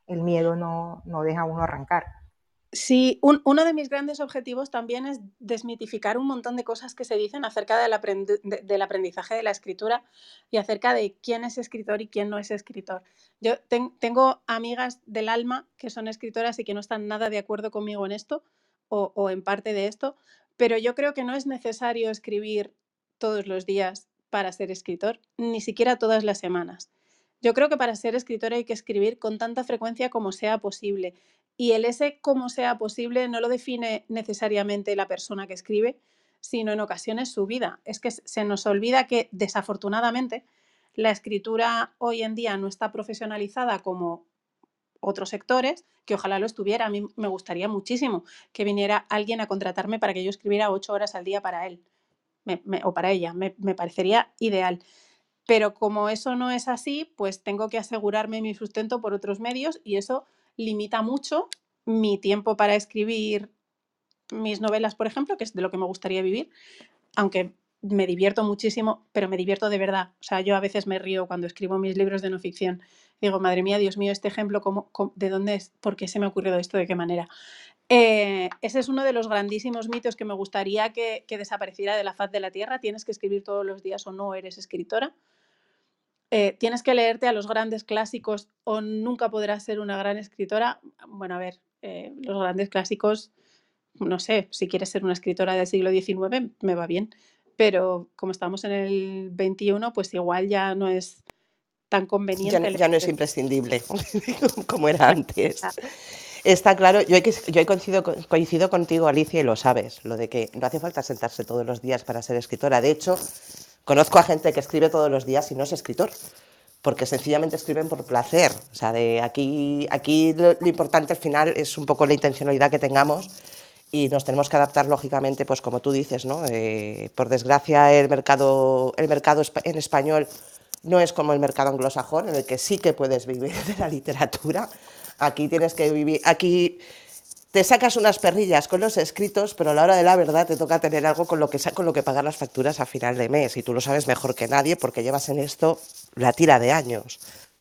el miedo no, no deja a uno arrancar. Sí, un, uno de mis grandes objetivos también es desmitificar un montón de cosas que se dicen acerca del, aprendi de, del aprendizaje de la escritura y acerca de quién es escritor y quién no es escritor. Yo ten, tengo amigas del alma que son escritoras y que no están nada de acuerdo conmigo en esto o, o en parte de esto, pero yo creo que no es necesario escribir todos los días para ser escritor, ni siquiera todas las semanas. Yo creo que para ser escritor hay que escribir con tanta frecuencia como sea posible. Y el ese como sea posible no lo define necesariamente la persona que escribe, sino en ocasiones su vida. Es que se nos olvida que, desafortunadamente, la escritura hoy en día no está profesionalizada como otros sectores, que ojalá lo estuviera. A mí me gustaría muchísimo que viniera alguien a contratarme para que yo escribiera ocho horas al día para él me, me, o para ella. Me, me parecería ideal. Pero como eso no es así, pues tengo que asegurarme mi sustento por otros medios y eso limita mucho mi tiempo para escribir mis novelas, por ejemplo, que es de lo que me gustaría vivir, aunque me divierto muchísimo, pero me divierto de verdad. O sea, yo a veces me río cuando escribo mis libros de no ficción. Digo, madre mía, Dios mío, este ejemplo, ¿cómo, cómo, ¿de dónde es? ¿Por qué se me ha ocurrido esto? ¿De qué manera? Eh, ese es uno de los grandísimos mitos que me gustaría que, que desapareciera de la faz de la Tierra. Tienes que escribir todos los días o no eres escritora. Eh, tienes que leerte a los grandes clásicos o nunca podrás ser una gran escritora. Bueno, a ver, eh, los grandes clásicos, no sé, si quieres ser una escritora del siglo diecinueve, me va bien, pero como estamos en el veintiuno, pues igual ya no es tan conveniente. Ya, ya no es imprescindible como era antes. Está claro, yo, yo coincido, coincido contigo, Alicia, y lo sabes, lo de que no hace falta sentarse todos los días para ser escritora. De hecho, conozco a gente que escribe todos los días y no es escritor, porque sencillamente escriben por placer. O sea, de aquí, aquí lo, lo importante al final es un poco la intencionalidad que tengamos y nos tenemos que adaptar lógicamente, pues como tú dices, ¿no? Eh, por desgracia el mercado, el mercado en español no es como el mercado anglosajón, en el que sí que puedes vivir de la literatura. Aquí tienes que vivir, aquí te sacas unas perrillas con los escritos, pero a la hora de la verdad te toca tener algo con lo que, con lo que pagar las facturas a final de mes. Y tú lo sabes mejor que nadie porque llevas en esto la tira de años.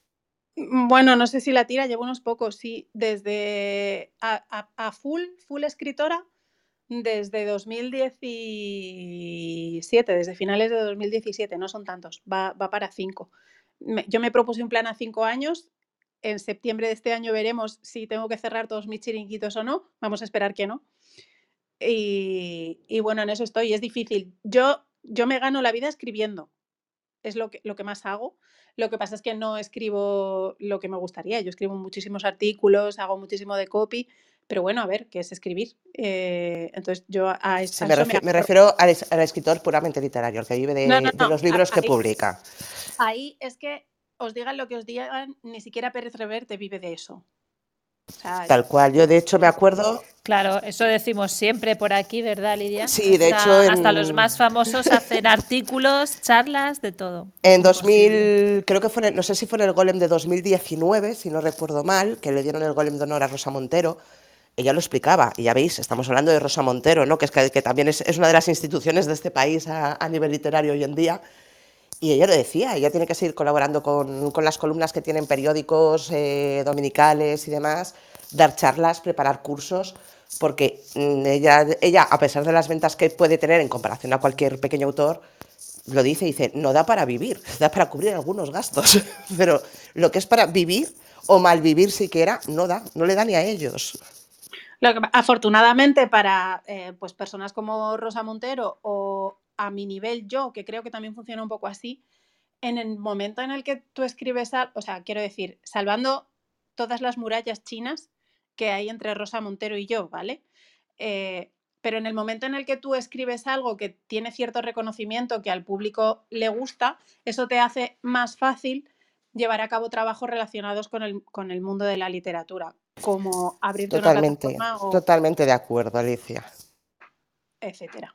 Bueno, no sé si la tira, llevo unos pocos, sí. Desde a, a, a full, full escritora, desde dos mil diecisiete, desde finales de dos mil diecisiete, no son tantos, va, va para cinco. Me, yo me propuse un plan a cinco años. En septiembre de este año veremos si tengo que cerrar todos mis chiringuitos o no. Vamos a esperar que no. Y, y bueno, en eso estoy. Es difícil. Yo, yo me gano la vida escribiendo. Es lo que, lo que más hago. Lo que pasa es que no escribo lo que me gustaría. Yo escribo muchísimos artículos, hago muchísimo de copy, pero bueno, a ver, ¿qué es escribir? Eh, entonces yo a, a, sí, a me, eso refiero, me, me refiero al, al escritor puramente literario, el que vive de, no, no, no. de los libros ahí, que publica. Ahí es que os digan lo que os digan, ni siquiera Pérez Reverte vive de eso. O sea, tal cual, yo de hecho me acuerdo... Claro, eso decimos siempre por aquí, ¿verdad, Lidia? Sí, hasta, de hecho... En... hasta los más famosos hacen artículos, charlas, de todo. En dos mil, creo que fue, no sé si fue en el Golem de dos mil diecinueve, si no recuerdo mal, que le dieron el Golem de honor a Rosa Montero. Ella lo explicaba, y ya veis, estamos hablando de Rosa Montero, ¿no? que, es que, que también es, es una de las instituciones de este país a, a nivel literario hoy en día. Y ella lo decía, ella tiene que seguir colaborando con, con las columnas que tienen periódicos eh, dominicales y demás, dar charlas, preparar cursos, porque ella, ella, a pesar de las ventas que puede tener en comparación a cualquier pequeño autor, lo dice, dice, no da para vivir, da para cubrir algunos gastos, pero lo que es para vivir o malvivir siquiera, no da, no le da ni a ellos. Lo que, afortunadamente para eh, pues personas como Rosa Montero o a mi nivel yo, que creo que también funciona un poco así, en el momento en el que tú escribes, o sea, quiero decir, salvando todas las murallas chinas que hay entre Rosa Montero y yo, ¿vale? Eh, pero en el momento en el que tú escribes algo que tiene cierto reconocimiento, que al público le gusta, eso te hace más fácil llevar a cabo trabajos relacionados con el, con el mundo de la literatura, como abrirte totalmente, una plataforma o... Totalmente de acuerdo, Alicia. Etcétera.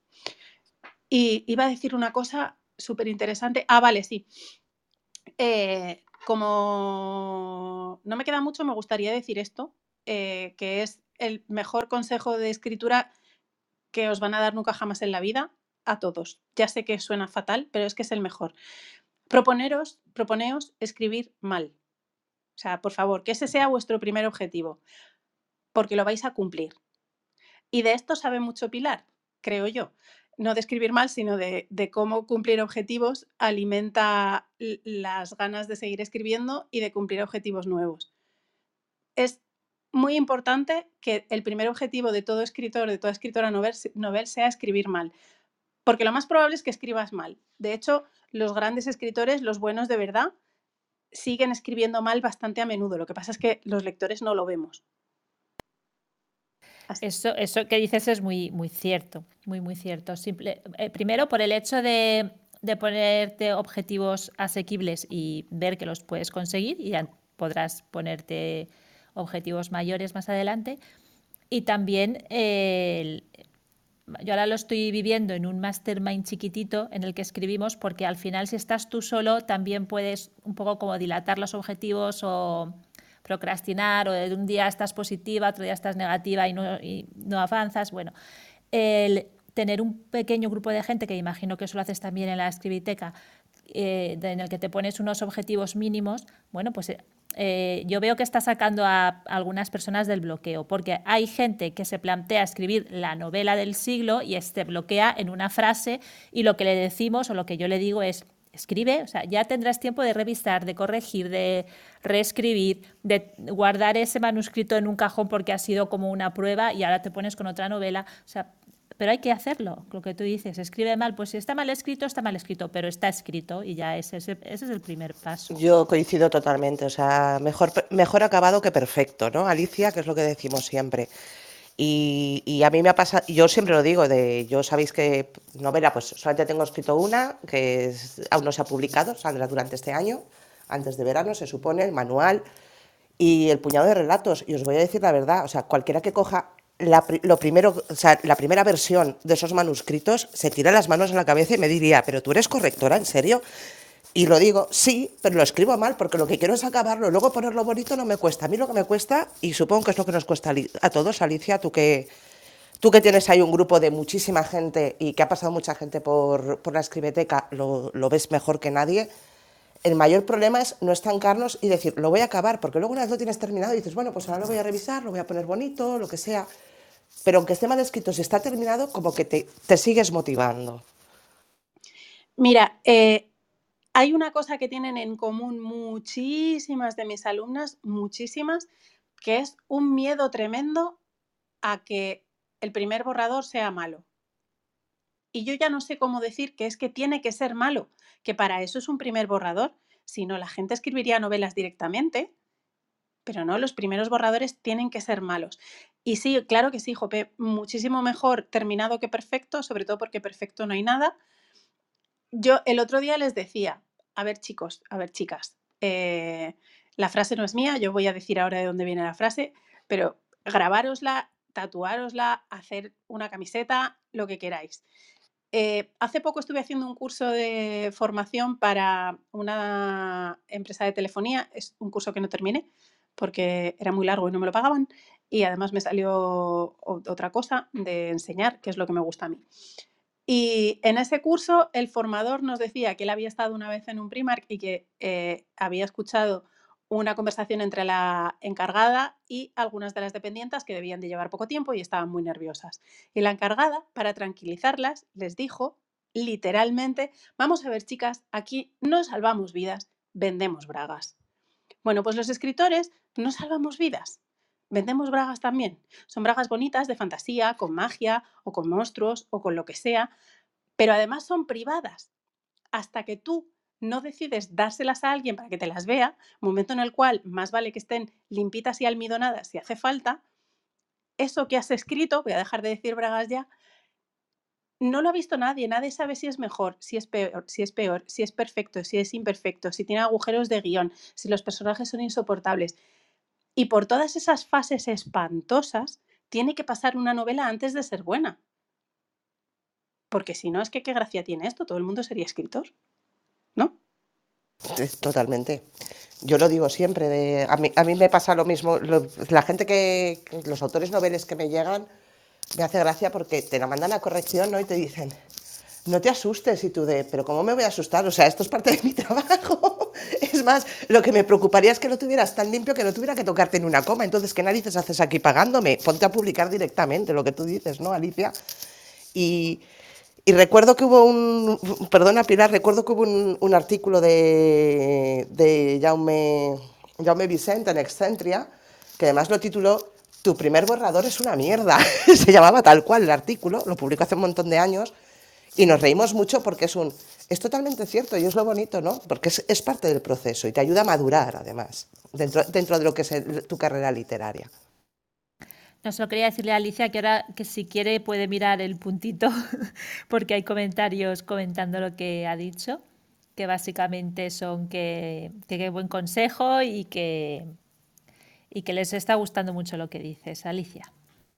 Y iba a decir una cosa súper interesante. Ah, vale, sí. Eh, como no me queda mucho, me gustaría decir esto, eh, que es el mejor consejo de escritura que os van a dar nunca jamás en la vida, a todos. Ya sé que suena fatal, pero es que es el mejor. Proponeros, proponeos escribir mal. sea, por favor, que ese sea vuestro primer objetivo, porque lo vais a cumplir. Y de esto sabe mucho Pilar, creo yo. No de escribir mal, sino de, de cómo cumplir objetivos alimenta las ganas de seguir escribiendo y de cumplir objetivos nuevos. Es muy importante que el primer objetivo de todo escritor, de toda escritora novel, novel sea escribir mal. Porque lo más probable es que escribas mal. De hecho, los grandes escritores, los buenos de verdad, siguen escribiendo mal bastante a menudo. Lo que pasa es que los lectores no lo vemos. Eso, eso que dices es muy, muy cierto, muy, muy cierto. Simple, eh, primero, por el hecho de, de ponerte objetivos asequibles y ver que los puedes conseguir, y ya podrás ponerte objetivos mayores más adelante. Y también, eh, el, yo ahora lo estoy viviendo en un mastermind chiquitito en el que escribimos, porque al final, si estás tú solo, también puedes un poco como dilatar los objetivos o procrastinar, o de un día estás positiva, otro día estás negativa y no, y no avanzas. Bueno, el tener un pequeño grupo de gente, que imagino que eso lo haces también en la Escribiteca, eh, en el que te pones unos objetivos mínimos, bueno, pues eh, yo veo que está sacando a, a algunas personas del bloqueo, porque hay gente que se plantea escribir la novela del siglo y se bloquea en una frase, y lo que le decimos o lo que yo le digo es: escribe, o sea, ya tendrás tiempo de revisar, de corregir, de reescribir, de guardar ese manuscrito en un cajón porque ha sido como una prueba y ahora te pones con otra novela. O sea, pero hay que hacerlo, lo que tú dices, escribe mal, pues si está mal escrito, está mal escrito, pero está escrito y ya ese, ese, ese es el primer paso. Yo coincido totalmente, o sea, mejor, mejor acabado que perfecto, ¿no, Alicia? Que es lo que decimos siempre. Y, y a mí me ha pasado, yo siempre lo digo, de yo sabéis que novela, pues solamente tengo escrito una, que es, aún no se ha publicado, saldrá durante este año, antes de verano, se supone, el manual, y el puñado de relatos. Y os voy a decir la verdad, o sea, cualquiera que coja la, lo primero, o sea, la primera versión de esos manuscritos se tira las manos en la cabeza y me diría: ¿pero tú eres correctora, en serio? Y lo digo, sí, pero lo escribo mal, porque lo que quiero es acabarlo. Luego ponerlo bonito no me cuesta. A mí lo que me cuesta, y supongo que es lo que nos cuesta a todos, Alicia, tú que, tú que tienes ahí un grupo de muchísima gente y que ha pasado mucha gente por, por la Escribiteca, lo, lo ves mejor que nadie. El mayor problema es no estancarnos y decir, lo voy a acabar, porque luego una vez lo tienes terminado y dices, bueno, pues ahora lo voy a revisar, lo voy a poner bonito, lo que sea. Pero aunque esté mal escrito, si está terminado, como que te, te sigues motivando. Mira, eh, hay una cosa que tienen en común muchísimas de mis alumnas, muchísimas, que es un miedo tremendo a que el primer borrador sea malo. Y yo ya no sé cómo decir que es que tiene que ser malo, que para eso es un primer borrador. Si no, la gente escribiría novelas directamente, pero no, los primeros borradores tienen que ser malos. Y sí, claro que sí, Jope, muchísimo mejor terminado que perfecto, sobre todo porque perfecto no hay nada. Yo el otro día les decía, a ver chicos, a ver chicas, eh, la frase no es mía, yo voy a decir ahora de dónde viene la frase, pero grabárosla, tatuárosla, hacer una camiseta, lo que queráis. Eh, hace poco estuve haciendo un curso de formación para una empresa de telefonía, es un curso que no terminé porque era muy largo y no me lo pagaban, y además me salió otra cosa de enseñar, que es lo que me gusta a mí. Y en ese curso el formador nos decía que él había estado una vez en un Primark y que eh, había escuchado una conversación entre la encargada y algunas de las dependientas que debían de llevar poco tiempo y estaban muy nerviosas. Y la encargada, para tranquilizarlas, les dijo literalmente: vamos a ver, chicas, aquí no salvamos vidas, vendemos bragas. Bueno, pues los escritores no salvamos vidas, vendemos bragas también. Son bragas bonitas, de fantasía, con magia o con monstruos o con lo que sea, pero además son privadas. Hasta que tú no decides dárselas a alguien para que te las vea, momento en el cual más vale que estén limpitas y almidonadas si hace falta, eso que has escrito, voy a dejar de decir bragas ya, no lo ha visto nadie, nadie sabe si es mejor, si es peor, si es peor, si es perfecto, si es imperfecto, si tiene agujeros de guión, si los personajes son insoportables. Y por todas esas fases espantosas tiene que pasar una novela antes de ser buena. Porque si no, es que qué gracia tiene esto, todo el mundo sería escritor, ¿no? Totalmente. Yo lo digo siempre, de, a, mí, a mí me pasa lo mismo, lo, la gente que, los autores noveles que me llegan, me hace gracia porque te la mandan a corrección, ¿no? Y te dicen, no te asustes, y tú de, pero ¿cómo me voy a asustar? O sea, esto es parte de mi trabajo. Es más, lo que me preocuparía es que lo tuvieras tan limpio que no tuviera que tocarte en una coma. Entonces, ¿qué narices haces aquí pagándome? Ponte a publicar directamente lo que tú dices, ¿no, Alicia? Y, y recuerdo que hubo un, perdona Pilar, recuerdo que hubo un, un artículo de, de Jaume, Jaume Vicent en Excentria, que además lo tituló Tu primer borrador es una mierda. Se llamaba tal cual el artículo, lo publicó hace un montón de años, y nos reímos mucho porque es un, es totalmente cierto y es lo bonito, ¿no? Porque es, es parte del proceso y te ayuda a madurar, además, dentro, dentro de lo que es el, tu carrera literaria. No, solo quería decirle a Alicia que ahora que si quiere puede mirar el puntito porque hay comentarios comentando lo que ha dicho, que básicamente son que qué buen consejo y que, y que les está gustando mucho lo que dices, Alicia.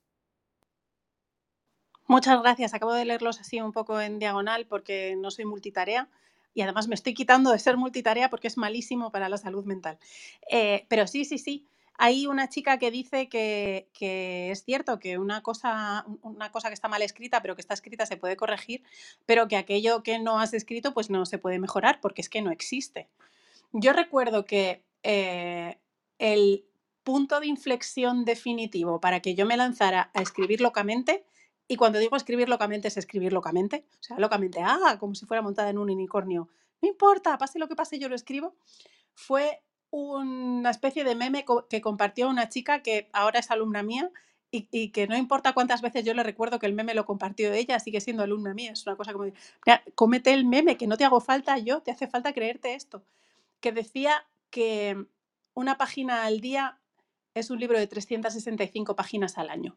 Muchas gracias. Acabo de leerlos así un poco en diagonal porque no soy multitarea y además me estoy quitando de ser multitarea porque es malísimo para la salud mental. Eh, pero sí, sí, sí. Hay una chica que dice que, que es cierto que una cosa, una cosa que está mal escrita, pero que está escrita se puede corregir, pero que aquello que no has escrito pues no se puede mejorar porque es que no existe. Yo recuerdo que eh, el punto de inflexión definitivo para que yo me lanzara a escribir locamente, y cuando digo escribir locamente es escribir locamente, o sea, locamente, ah, como si fuera montada en un unicornio, no importa, pase lo que pase, yo lo escribo, fue una especie de meme que compartió una chica que ahora es alumna mía y, y que no importa cuántas veces yo le recuerdo que el meme lo compartió ella, sigue siendo alumna mía, es una cosa como de, mira, cómete el meme, que no te hago falta yo, te hace falta creerte esto, que decía que una página al día es un libro de trescientas sesenta y cinco páginas al año.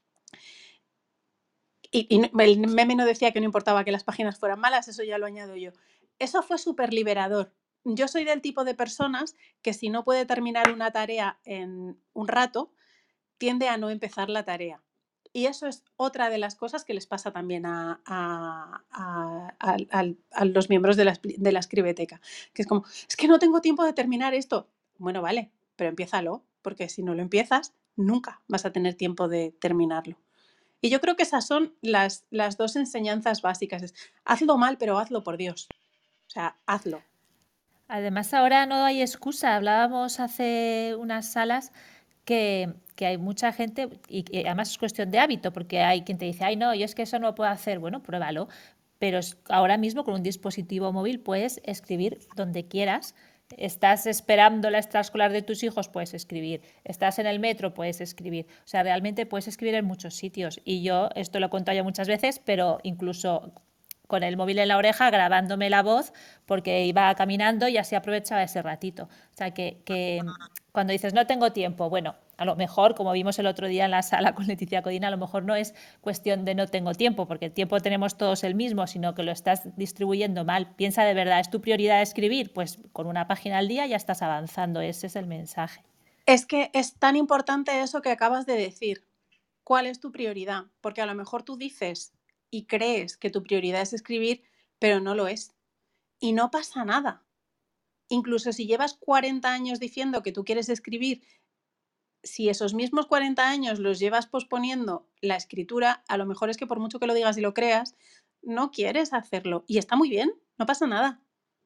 Y, y el meme no decía que no importaba que las páginas fueran malas, eso ya lo añado yo. Eso fue súper liberador. Yo soy del tipo de personas que si no puede terminar una tarea en un rato, tiende a no empezar la tarea. Y eso es otra de las cosas que les pasa también a, a, a, a, a los miembros de la, de la escribeteca. Que es como, es que no tengo tiempo de terminar esto. Bueno, vale, pero empiézalo, porque si no lo empiezas, nunca vas a tener tiempo de terminarlo. Y yo creo que esas son las, las dos enseñanzas básicas. Es, hazlo mal, pero hazlo por Dios. O sea, hazlo. Además, ahora no hay excusa. Hablábamos hace unas salas que, que hay mucha gente, y, y además es cuestión de hábito, porque hay quien te dice, ay, no, yo es que eso no lo puedo hacer. Bueno, pruébalo. Pero ahora mismo con un dispositivo móvil puedes escribir donde quieras. Estás esperando la extraescolar de tus hijos, puedes escribir. Estás en el metro, puedes escribir. O sea, realmente puedes escribir en muchos sitios. Y yo, esto lo he contado ya muchas veces, pero incluso con el móvil en la oreja grabándome la voz porque iba caminando y así aprovechaba ese ratito. O sea, que, que cuando dices no tengo tiempo, bueno, a lo mejor, como vimos el otro día en la sala con Leticia Codina, a lo mejor no es cuestión de no tengo tiempo, porque el tiempo tenemos todos el mismo, sino que lo estás distribuyendo mal. Piensa de verdad, ¿es tu prioridad escribir? Pues con una página al día ya estás avanzando, ese es el mensaje. Es que es tan importante eso que acabas de decir. ¿Cuál es tu prioridad? Porque a lo mejor tú dices y crees que tu prioridad es escribir, pero no lo es. Y no pasa nada. Incluso si llevas cuarenta años diciendo que tú quieres escribir, si esos mismos cuarenta años los llevas posponiendo la escritura, a lo mejor es que por mucho que lo digas y lo creas, no quieres hacerlo. Y está muy bien, no pasa nada.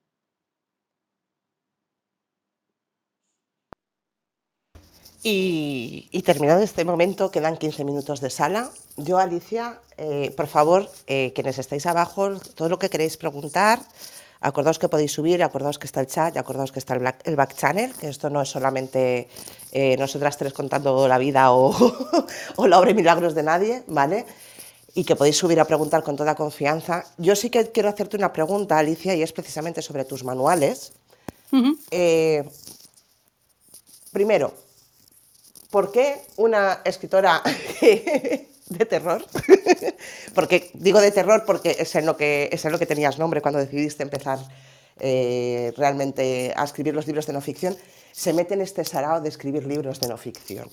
Y, y terminado este momento, quedan quince minutos de sala. Yo, Alicia, eh, por favor, eh, quienes estáis abajo, todo lo que queréis preguntar, acordaos que podéis subir, acordaos que está el chat, acordaos que está el, black, el back channel, que esto no es solamente eh, nosotras tres contando la vida o, o la obra y milagros de nadie, ¿vale? Y que podéis subir a preguntar con toda confianza. Yo sí que quiero hacerte una pregunta, Alicia, y es precisamente sobre tus manuales. Uh-huh. eh, primero, ¿por qué una escritora de terror? Porque digo de terror porque es en lo que, es en lo que tenías nombre cuando decidiste empezar eh, realmente a escribir los libros de no ficción, se mete en este sarao de escribir libros de no ficción.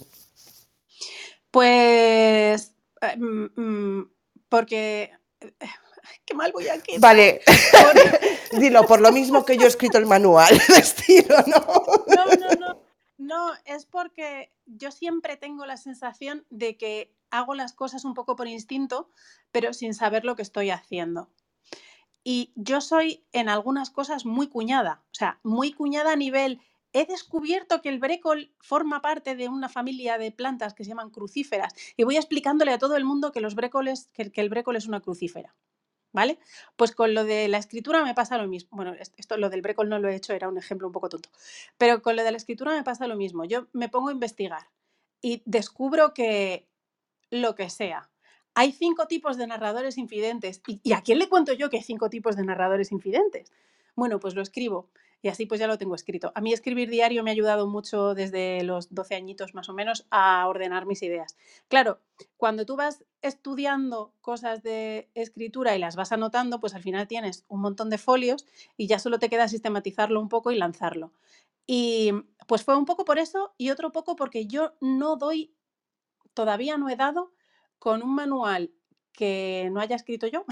Pues eh, porque qué mal voy a quedar. Vale, por... dilo, por lo mismo que yo he escrito el manual de estilo, ¿no? No, no, no. No, es porque yo siempre tengo la sensación de que hago las cosas un poco por instinto, pero sin saber lo que estoy haciendo. Y yo soy en algunas cosas muy cuñada, o sea, muy cuñada a nivel... He descubierto que el brécol forma parte de una familia de plantas que se llaman crucíferas y voy explicándole a todo el mundo que, los brécoles, que, que el brécol es una crucífera, ¿vale? Pues con lo de la escritura me pasa lo mismo. Bueno, esto lo del brécol no lo he hecho, era un ejemplo un poco tonto. Pero con lo de la escritura me pasa lo mismo. Yo me pongo a investigar y descubro que lo que sea. Hay cinco tipos de narradores infidentes. ¿Y, ¿Y a quién le cuento yo que hay cinco tipos de narradores infidentes? Bueno, pues lo escribo y así pues ya lo tengo escrito. A mí escribir diario me ha ayudado mucho desde los doce añitos más o menos a ordenar mis ideas. Claro, cuando tú vas estudiando cosas de escritura y las vas anotando, pues al final tienes un montón de folios y ya solo te queda sistematizarlo un poco y lanzarlo. Y pues fue un poco por eso y otro poco porque yo no doy, todavía no he dado con un manual que no haya escrito yo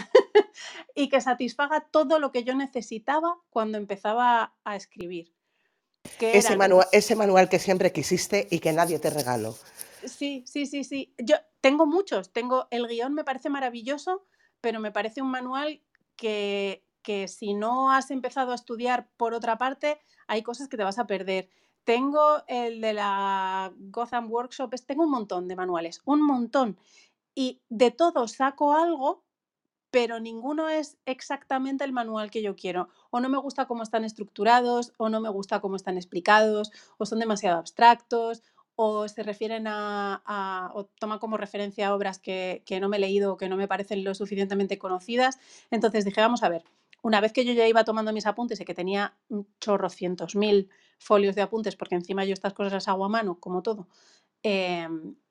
y que satisfaga todo lo que yo necesitaba cuando empezaba a escribir. Que Ese eran... manual, ese manual que siempre quisiste y que nadie te regaló. Sí, sí, sí, sí. Yo tengo muchos. Tengo el guión, me parece maravilloso, pero me parece un manual que, que si no has empezado a estudiar por otra parte, hay cosas que te vas a perder. Tengo el de la Gotham Workshop, tengo un montón de manuales, un montón. Y de todos saco algo, pero ninguno es exactamente el manual que yo quiero. O no me gusta cómo están estructurados, o no me gusta cómo están explicados, o son demasiado abstractos, o se refieren a, a o toman como referencia obras que, que no me he leído o que no me parecen lo suficientemente conocidas. Entonces dije, vamos a ver, una vez que yo ya iba tomando mis apuntes y que tenía un chorrocientos mil folios de apuntes, porque encima yo estas cosas las hago a mano, como todo, eh,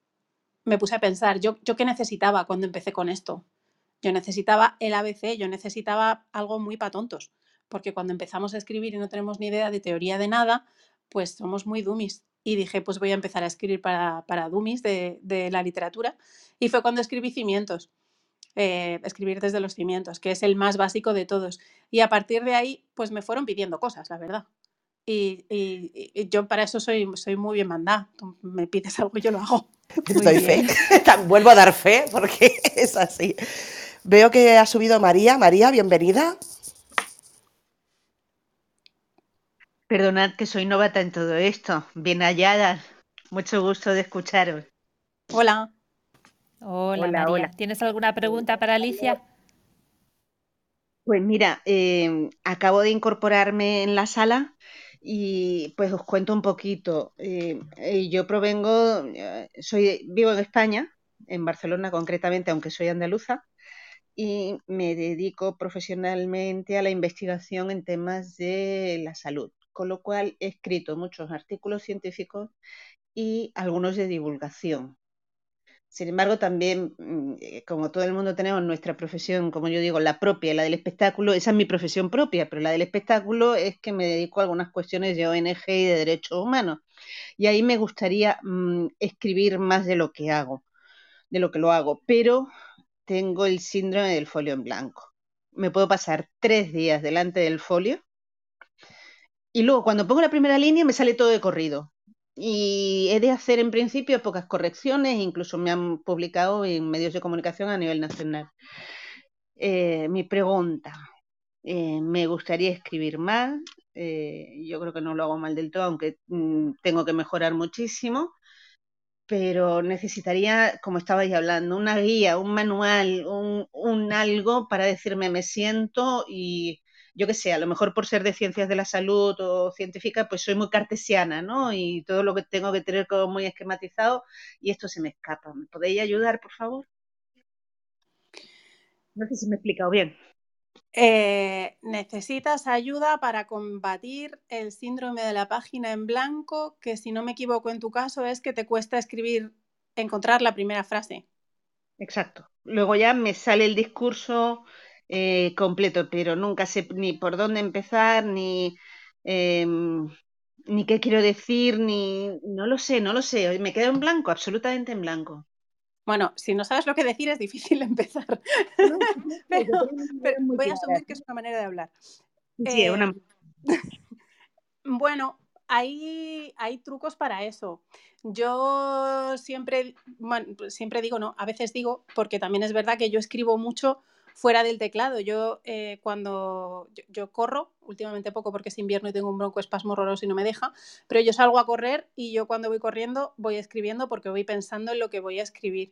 me puse a pensar, ¿yo, ¿yo qué necesitaba cuando empecé con esto? Yo necesitaba el A B C, yo necesitaba algo muy pa' tontos, porque cuando empezamos a escribir y no tenemos ni idea de teoría de nada, pues somos muy dummies. Y dije, pues voy a empezar a escribir para, para dummies de, de la literatura. Y fue cuando escribí Cimientos, eh, escribir desde los cimientos, que es el más básico de todos. Y a partir de ahí, pues me fueron pidiendo cosas, la verdad. Y, y, y yo para eso soy, soy muy bien mandada. Tú me pides algo, yo lo hago. Te doy fe. Vuelvo a dar fe porque es así. Veo que ha subido María. María, bienvenida. Perdonad que soy novata en todo esto. Bien hallada. Mucho gusto de escucharos. Hola. Hola, Hola, María. hola. ¿Tienes alguna pregunta para Alicia? Pues mira, eh, acabo de incorporarme en la sala y pues os cuento un poquito. Eh, eh, yo provengo, eh, soy, vivo en España, en Barcelona concretamente, aunque soy andaluza, y me dedico profesionalmente a la investigación en temas de la salud, con lo cual he escrito muchos artículos científicos y algunos de divulgación. Sin embargo, también, como todo el mundo tenemos nuestra profesión, como yo digo, la propia, la del espectáculo, esa es mi profesión propia, pero la del espectáculo es que me dedico a algunas cuestiones de O N G y de derechos humanos. Y ahí me gustaría mmm, escribir más de lo que hago, de lo que lo hago, pero tengo el síndrome del folio en blanco. Me puedo pasar tres días delante del folio y luego cuando pongo la primera línea me sale todo de corrido. Y he de hacer en principio pocas correcciones, incluso me han publicado en medios de comunicación a nivel nacional. Eh, mi pregunta, eh, me gustaría escribir más, eh, yo creo que no lo hago mal del todo, aunque mm, tengo que mejorar muchísimo, pero necesitaría, como estabais hablando, una guía, un manual, un, un algo para decirme me siento y yo qué sé, a lo mejor por ser de ciencias de la salud o científica, pues soy muy cartesiana, ¿no? Y todo lo que tengo que tener como muy esquematizado y esto se me escapa. ¿Me podéis ayudar, por favor? No sé si me he explicado bien. Eh, necesitas ayuda para combatir el síndrome de la página en blanco, que si no me equivoco en tu caso es que te cuesta escribir, encontrar la primera frase. Exacto. Luego ya me sale el discurso eh, completo, pero nunca sé ni por dónde empezar, ni, eh, ni qué quiero decir, ni... No lo sé, no lo sé. Me quedo en blanco, absolutamente en blanco. Bueno, si no sabes lo que decir es difícil empezar. No, no, pero, yo tengo una idea pero muy voy a clara. asumir que es una manera de hablar. Sí, sí, es Eh, una... Bueno, hay, hay trucos para eso. Yo siempre, bueno, siempre digo, no, a veces digo, porque también es verdad que yo escribo mucho fuera del teclado. Yo eh, cuando yo, yo corro, últimamente poco porque es invierno y tengo un broncoespasmo horroroso y no me deja, pero yo salgo a correr y yo cuando voy corriendo voy escribiendo porque voy pensando en lo que voy a escribir.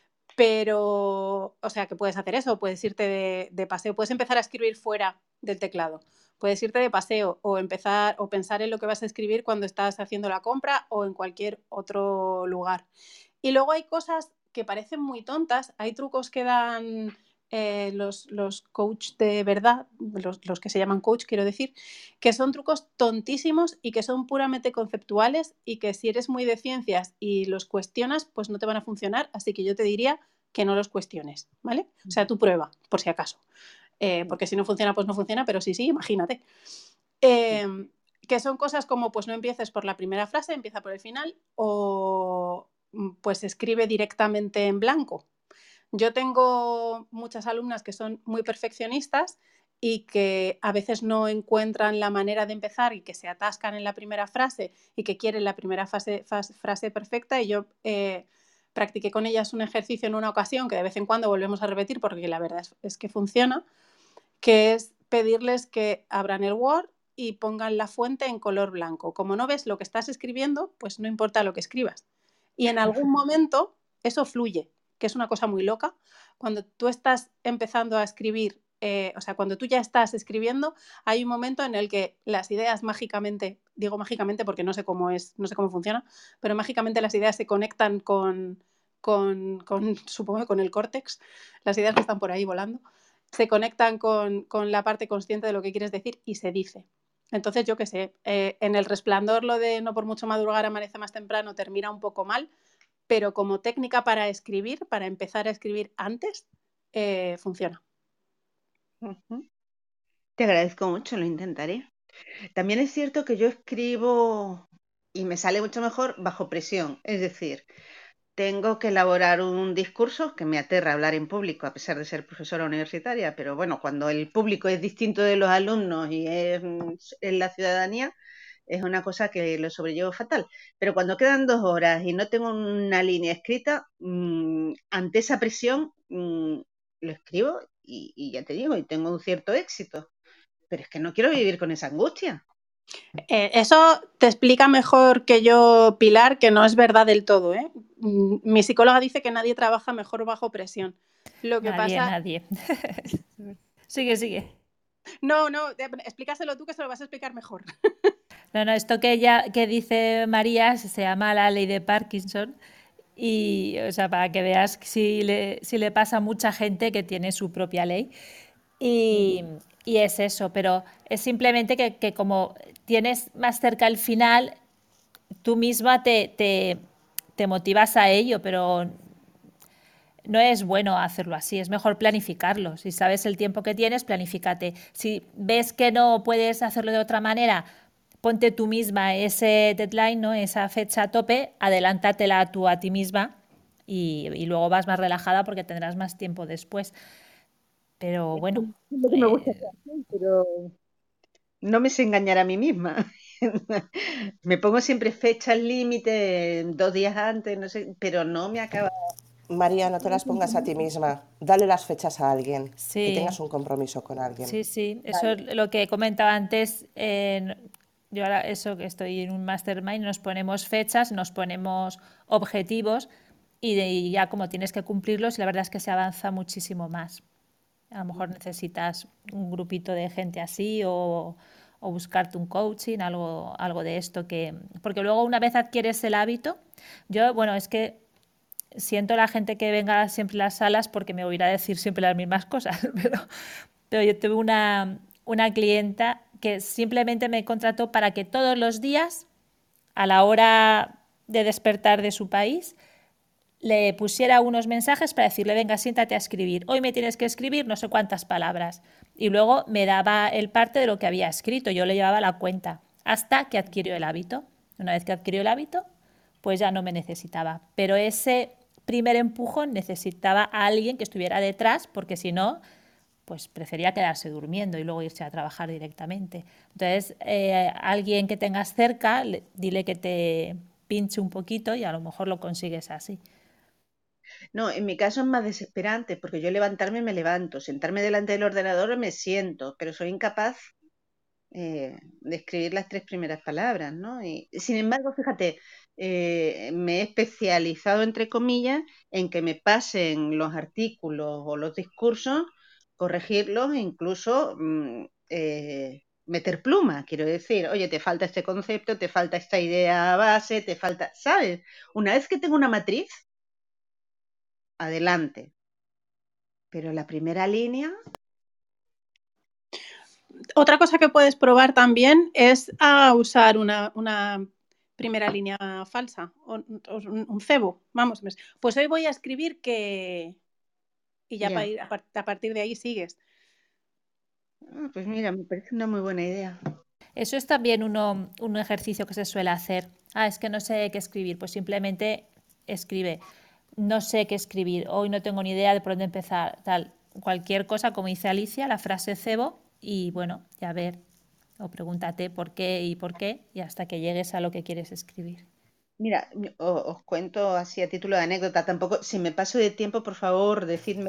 Pero, o sea, que puedes hacer eso, puedes irte de, de paseo, puedes empezar a escribir fuera del teclado, puedes irte de paseo o empezar o pensar en lo que vas a escribir cuando estás haciendo la compra o en cualquier otro lugar. Y luego hay cosas que parecen muy tontas, hay trucos que dan eh, los, los coach de verdad, los, los que se llaman coach, quiero decir, que son trucos tontísimos y que son puramente conceptuales y que si eres muy de ciencias y los cuestionas, pues no te van a funcionar, así que yo te diría que no los cuestiones, ¿vale? O sea, tú prueba, por si acaso. Eh, porque si no funciona, pues no funciona, pero sí, sí, imagínate. Eh, que son cosas como, pues no empieces por la primera frase, empieza por el final, o pues escribe directamente en blanco. Yo tengo muchas alumnas que son muy perfeccionistas y que a veces no encuentran la manera de empezar y que se atascan en la primera frase y que quieren la primera fase, fase, frase perfecta, y yo eh, practiqué con ellas un ejercicio en una ocasión que de vez en cuando volvemos a repetir porque la verdad es, es que funciona, que es pedirles que abran el Word y pongan la fuente en color blanco. Como no ves lo que estás escribiendo, pues no importa lo que escribas. Y en algún momento eso fluye, que es una cosa muy loca. Cuando tú estás empezando a escribir, eh, o sea, cuando tú ya estás escribiendo, hay un momento en el que las ideas mágicamente, digo mágicamente porque no sé cómo es, no sé cómo funciona, pero mágicamente las ideas se conectan con, con, con supongo, con el córtex, las ideas que están por ahí volando, se conectan con, con la parte consciente de lo que quieres decir y se dice. Entonces, yo qué sé, eh, en El Resplandor lo de no por mucho madrugar amanece más temprano termina un poco mal, pero como técnica para escribir, para empezar a escribir antes, eh, funciona. Uh-huh. Te agradezco mucho, lo intentaré. También es cierto que yo escribo y me sale mucho mejor bajo presión, es decir, tengo que elaborar un discurso que me aterra hablar en público, a pesar de ser profesora universitaria, pero bueno, cuando el público es distinto de los alumnos y es en la ciudadanía, es una cosa que lo sobrellevo fatal. Pero cuando quedan dos horas y no tengo una línea escrita, mmm, ante esa presión mmm, lo escribo y, y ya te digo, y tengo un cierto éxito. Pero es que no quiero vivir con esa angustia. Eh, eso te explica mejor que yo, Pilar, que no es verdad del todo, ¿eh? Mi psicóloga dice que nadie trabaja mejor bajo presión. Lo que nadie, pasa... nadie. Sigue, sigue. No, no, explícaselo tú que se lo vas a explicar mejor. No, no, esto que ella que dice María se llama la ley de Parkinson. Y, o sea, para que veas si le, si le pasa a mucha gente que tiene su propia ley. Y, y es eso, pero es simplemente que, que como tienes más cerca el final, tú misma te, te, te motivas a ello, pero no es bueno hacerlo así, es mejor planificarlo. Si sabes el tiempo que tienes, planifícate. Si ves que no puedes hacerlo de otra manera, ponte tú misma ese deadline, ¿no? Esa fecha a tope, adelántatela tú a ti misma y, y luego vas más relajada porque tendrás más tiempo después. Pero bueno. Es lo que me gusta hacer, pero no me sé engañar a mí misma. Me pongo siempre fechas límite, dos días antes, no sé, pero no me acaba. María, no te las pongas a ti misma. Dale las fechas a alguien. Sí. Que tengas un compromiso con alguien. Sí, sí. Eso vale. Es lo que comentaba antes. Eh, yo ahora eso que estoy en un mastermind, nos ponemos fechas, nos ponemos objetivos y, de, y ya como tienes que cumplirlos, la verdad es que se avanza muchísimo más. A lo mejor necesitas un grupito de gente así o, o buscarte un coaching, algo, algo de esto que... Porque luego una vez adquieres el hábito, yo, bueno, es que siento a la gente que venga siempre a las salas porque me oirá decir siempre las mismas cosas, pero, pero yo tuve una, una clienta que simplemente me contrató para que todos los días, a la hora de despertar de su país, le pusiera unos mensajes para decirle, venga, siéntate a escribir. Hoy me tienes que escribir no sé cuántas palabras. Y luego me daba el parte de lo que había escrito. Yo le llevaba la cuenta hasta que adquirió el hábito. Una vez que adquirió el hábito, pues ya no me necesitaba. Pero ese primer empujón necesitaba a alguien que estuviera detrás, porque si no, pues prefería quedarse durmiendo y luego irse a trabajar directamente. Entonces, eh, alguien que tengas cerca, dile que te pinche un poquito y a lo mejor lo consigues así. No, en mi caso es más desesperante, porque yo levantarme me levanto, sentarme delante del ordenador me siento, pero soy incapaz eh, de escribir las tres primeras palabras, ¿no? Y, sin embargo, fíjate, eh, me he especializado, entre comillas, en que me pasen los artículos o los discursos, corregirlos e incluso mm, eh, meter pluma, quiero decir, oye, te falta este concepto, te falta esta idea base, te falta, ¿sabes? Una vez que tengo una matriz, adelante. Pero la primera línea... Otra cosa que puedes probar también es a usar una, una primera línea falsa, o, o un, un cebo, vamos. Pues hoy voy a escribir que... Y ya, Ya. ir, a, a partir de ahí sigues. Ah, pues mira, me parece una muy buena idea. Eso es también uno, un ejercicio que se suele hacer. Ah, es que no sé qué escribir. Pues simplemente escribe. No sé qué escribir. Hoy no tengo ni idea de por dónde empezar. Tal, cualquier cosa, como dice Alicia, la frase cebo y bueno, ya ver. O pregúntate por qué y por qué y hasta que llegues a lo que quieres escribir. Mira, os, os cuento así a título de anécdota. Tampoco, si me paso de tiempo, por favor, decidme.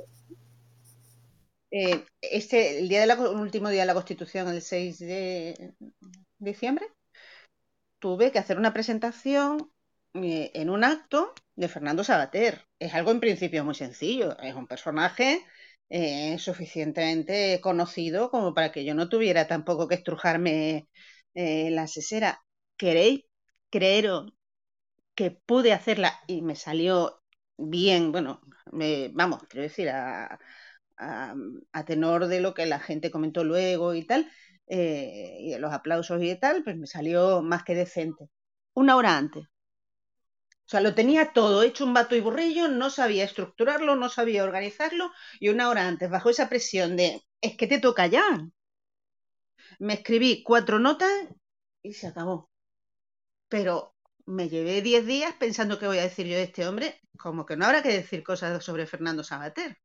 Eh, este, el día de la, el último día de la Constitución, el seis de diciembre, tuve que hacer una presentación eh, en un acto de Fernando Savater. Es algo en principio muy sencillo. Es un personaje eh, suficientemente conocido como para que yo no tuviera tampoco que estrujarme eh, la sesera. ¿Queréis creeros que pude hacerla y me salió bien? Bueno, me, vamos, quiero decir, a, a, a, tenor de lo que la gente comentó luego y tal, eh, y de los aplausos y tal, pues me salió más que decente. Una hora antes. O sea, lo tenía todo hecho un bato y burrillo, no sabía estructurarlo, no sabía organizarlo, y una hora antes, bajo esa presión de, es que te toca ya. Me escribí cuatro notas y se acabó. Pero me llevé diez días pensando qué voy a decir yo de este hombre, como que no habrá que decir cosas sobre Fernando Savater.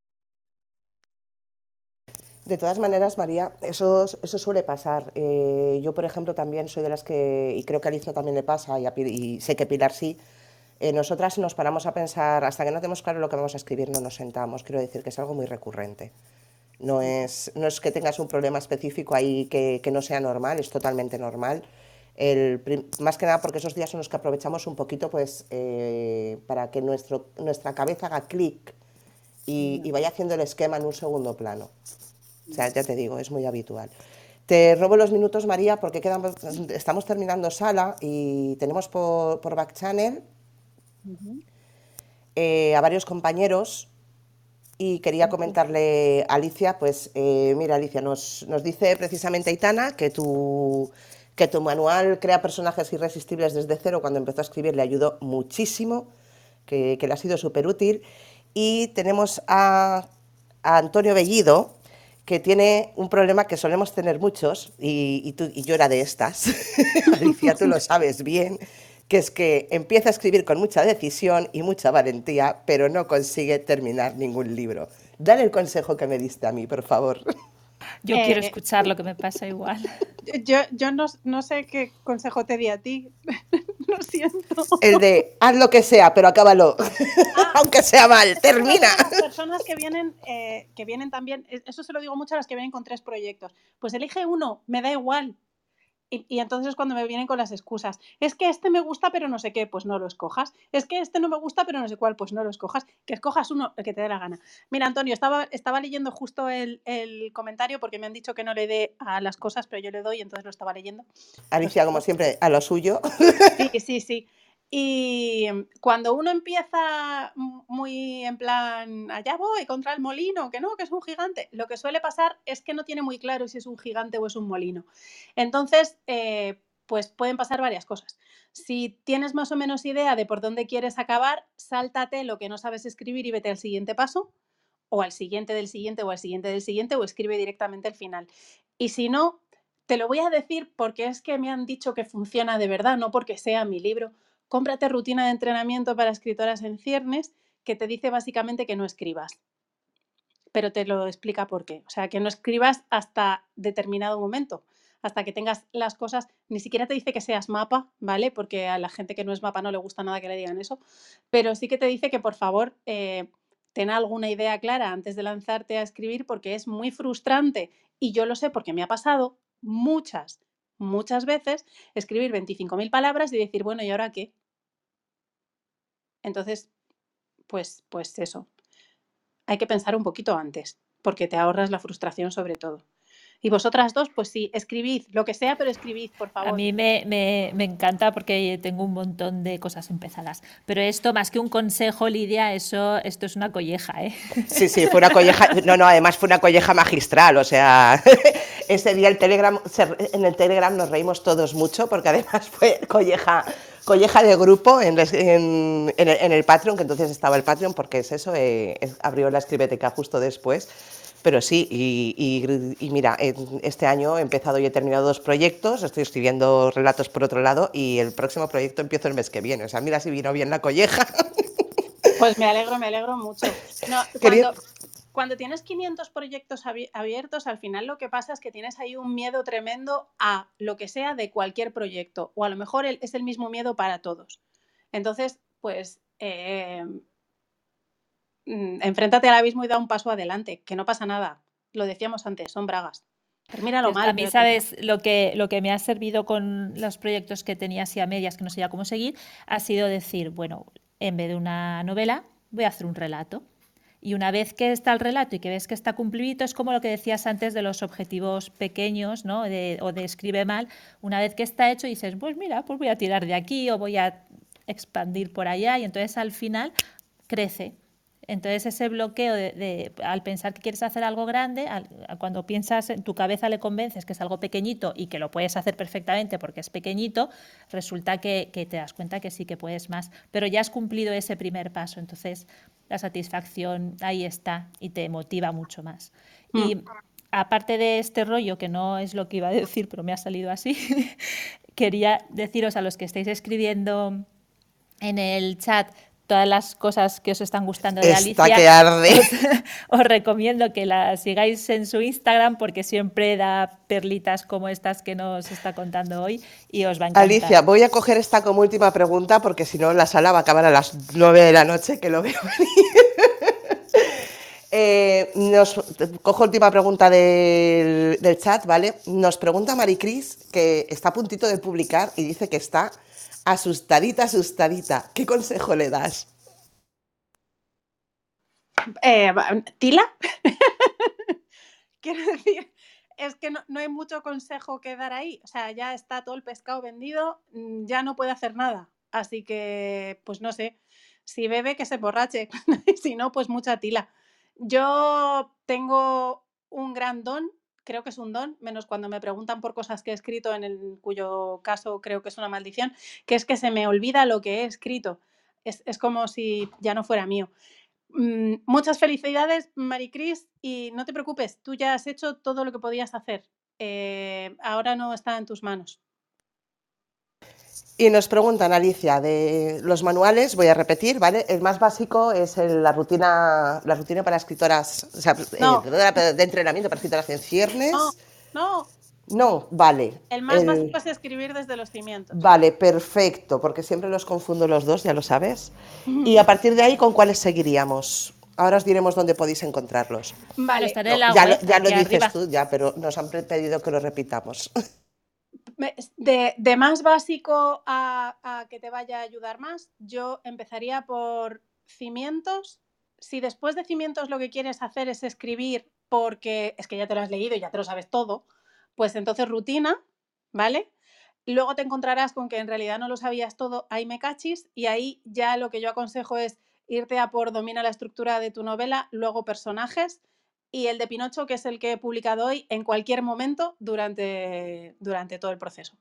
De todas maneras, María, eso, eso suele pasar. Eh, yo, por ejemplo, también soy de las que, y creo que a Alicia también le pasa, y, a, y sé que Pilar sí, eh, nosotras nos paramos a pensar, hasta que no tenemos claro lo que vamos a escribir, no nos sentamos. Quiero decir que es algo muy recurrente. No es, no es que tengas un problema específico ahí que, que no sea normal, es totalmente normal. El, más que nada porque esos días son los que aprovechamos un poquito pues, eh, para que nuestro, nuestra cabeza haga clic y, y vaya haciendo el esquema en un segundo plano. O sea, ya te digo, es muy habitual. Te robo los minutos, María, porque quedamos, estamos terminando sala y tenemos por, por back channel eh, a varios compañeros y quería comentarle a Alicia, pues eh, mira Alicia, nos, nos dice precisamente Aitana que tu, que tu manual Crea personajes irresistibles desde cero cuando empezó a escribir le ayudó muchísimo, que, que le ha sido súper útil. Y tenemos a, a Antonio Bellido, que tiene un problema que solemos tener muchos, y, y, tú, y yo era de estas, Alicia, tú lo sabes bien, que es que empieza a escribir con mucha decisión y mucha valentía, pero no consigue terminar ningún libro. Dale el consejo que me diste a mí, por favor. Yo eh, quiero escuchar lo que me pasa igual. Yo, yo no, no sé qué consejo te di a ti. Lo siento. El de haz lo que sea, pero acábalo. Ah, aunque sea mal, termina. Las personas que vienen, eh, que vienen también, eso se lo digo mucho a las que vienen con tres proyectos. Pues elige uno, me da igual. Y, y entonces es cuando me vienen con las excusas. Es que este me gusta, pero no sé qué, pues no lo escojas. Es que este no me gusta, pero no sé cuál, pues no lo escojas. Que escojas uno, el que te dé la gana. Mira, Antonio, estaba, estaba leyendo justo el, el comentario porque me han dicho que no le dé a las cosas, pero yo le doy, entonces lo estaba leyendo. Alicia, como siempre, a lo suyo. Sí, sí, sí. Y cuando uno empieza muy en plan, allá voy contra el molino, que no, que es un gigante, lo que suele pasar es que no tiene muy claro si es un gigante o es un molino. Entonces, eh, pues pueden pasar varias cosas. Si tienes más o menos idea de por dónde quieres acabar, sáltate lo que no sabes escribir y vete al siguiente paso, o al siguiente del siguiente, o al siguiente del siguiente, o escribe directamente el final. Y si no, te lo voy a decir porque es que me han dicho que funciona de verdad, no porque sea mi libro. Cómprate rutina de entrenamiento para escritoras en ciernes, que te dice básicamente que no escribas. Pero te lo explica por qué. O sea, que no escribas hasta determinado momento. hasta que tengas las cosas, ni siquiera te dice que seas mapa, ¿vale? Porque a la gente que no es mapa no le gusta nada que le digan eso, pero sí que te dice que por favor eh, ten alguna idea clara antes de lanzarte a escribir, porque es muy frustrante, y yo lo sé porque me ha pasado muchas, muchas veces, escribir veinticinco mil palabras y decir, bueno, ¿y ahora qué? Entonces, pues, pues eso, hay que pensar un poquito antes, porque te ahorras la frustración sobre todo. Y vosotras dos, pues sí, escribid, lo que sea, pero escribid, por favor. A mí me, me, me encanta porque tengo un montón de cosas empezadas. Pero esto, más que un consejo, Lidia, eso, esto es una colleja, ¿eh? Sí, sí, fue una colleja, no, no, además fue una colleja magistral, o sea, ese día el Telegram, en el Telegram nos reímos todos mucho, porque además fue colleja, colleja de grupo en, en, en, el, en el Patreon, que entonces estaba el Patreon, porque es eso, eh, es, abrió la Escribeteca justo después. Pero sí, y, y, y mira, este año he empezado y he terminado dos proyectos, estoy escribiendo relatos por otro lado, y el próximo proyecto empiezo el mes que viene. O sea, mira si vino bien la colleja. Pues me alegro, me alegro mucho. No, cuando, cuando tienes quinientos proyectos abiertos, al final lo que pasa es que tienes ahí un miedo tremendo a lo que sea de cualquier proyecto, o a lo mejor es el mismo miedo para todos. Entonces, pues... Eh, enfréntate al abismo y da un paso adelante, que no pasa nada. Lo decíamos antes, son bragas. Pero míralo mal. A mí, ¿sabes? Lo que, lo que me ha servido con los proyectos que tenía así a medias, que no sabía cómo seguir, ha sido decir, bueno, en vez de una novela, voy a hacer un relato. Y una vez que está el relato y que ves que está cumplidito, es como lo que decías antes de los objetivos pequeños, ¿no? De, o de escribe mal. Una vez que está hecho, dices, pues mira, pues voy a tirar de aquí o voy a expandir por allá. Y entonces al final crece. Entonces ese bloqueo de, de, al pensar que quieres hacer algo grande, al, cuando piensas en tu cabeza le convences que es algo pequeñito y que lo puedes hacer perfectamente porque es pequeñito, resulta que, que te das cuenta que sí que puedes más, pero ya has cumplido ese primer paso, entonces la satisfacción ahí está y te motiva mucho más. Mm. Y aparte de este rollo, que no es lo que iba a decir, pero me ha salido así, quería deciros a los que estáis escribiendo en el chat todas las cosas que os están gustando de Está Alicia, que arde. Os, os recomiendo que la sigáis en su Instagram porque siempre da perlitas como estas que nos está contando hoy y os va a encantar. Alicia, voy a coger esta como última pregunta porque si no la sala va a acabar a las nueve de la noche, que lo veo venir. eh, nos, cojo última pregunta del, del chat, ¿vale? Nos pregunta Maricris, que está a puntito de publicar y dice que está asustadita, asustadita. ¿Qué consejo le das? Eh, ¿Tila? Quiero decir, es que no, no hay mucho consejo que dar ahí. O sea, ya está todo el pescado vendido, ya no puede hacer nada. Así que, pues no sé, si bebe que se borrache, si no, pues mucha tila. Yo tengo un gran don, creo que es un don, menos cuando me preguntan por cosas que he escrito, en el, cuyo caso creo que es una maldición, que es que se me olvida lo que he escrito. Es, es como si ya no fuera mío. Mm, muchas felicidades, Maricris, y no te preocupes, tú ya has hecho todo lo que podías hacer. Eh, ahora no está en tus manos. Y nos preguntan, Alicia, de los manuales, voy a repetir, ¿vale? El más básico es el, la rutina la rutina para escritoras, o sea, no. eh, de entrenamiento para escritoras en ciernes. No, no. No, vale. El más el... básico es escribir desde los cimientos. Vale, perfecto, porque siempre los confundo los dos, ya lo sabes. Y a partir de ahí, ¿con cuáles seguiríamos? Ahora os diremos dónde podéis encontrarlos. Vale. Estaré en la ya web, lo, ya lo dices arriba. tú, ya, pero nos han pedido que lo repitamos. De, de más básico a, a que te vaya a ayudar más, yo empezaría por cimientos. Si después de cimientos lo que quieres hacer es escribir porque es que ya te lo has leído y ya te lo sabes todo, pues entonces rutina, ¿vale? Luego te encontrarás con que en realidad no lo sabías todo, ahí me cachis, y ahí ya lo que yo aconsejo es irte a por domina la estructura de tu novela, luego personajes, y el de Pinocho, que es el que he publicado hoy, en cualquier momento durante, durante todo el proceso.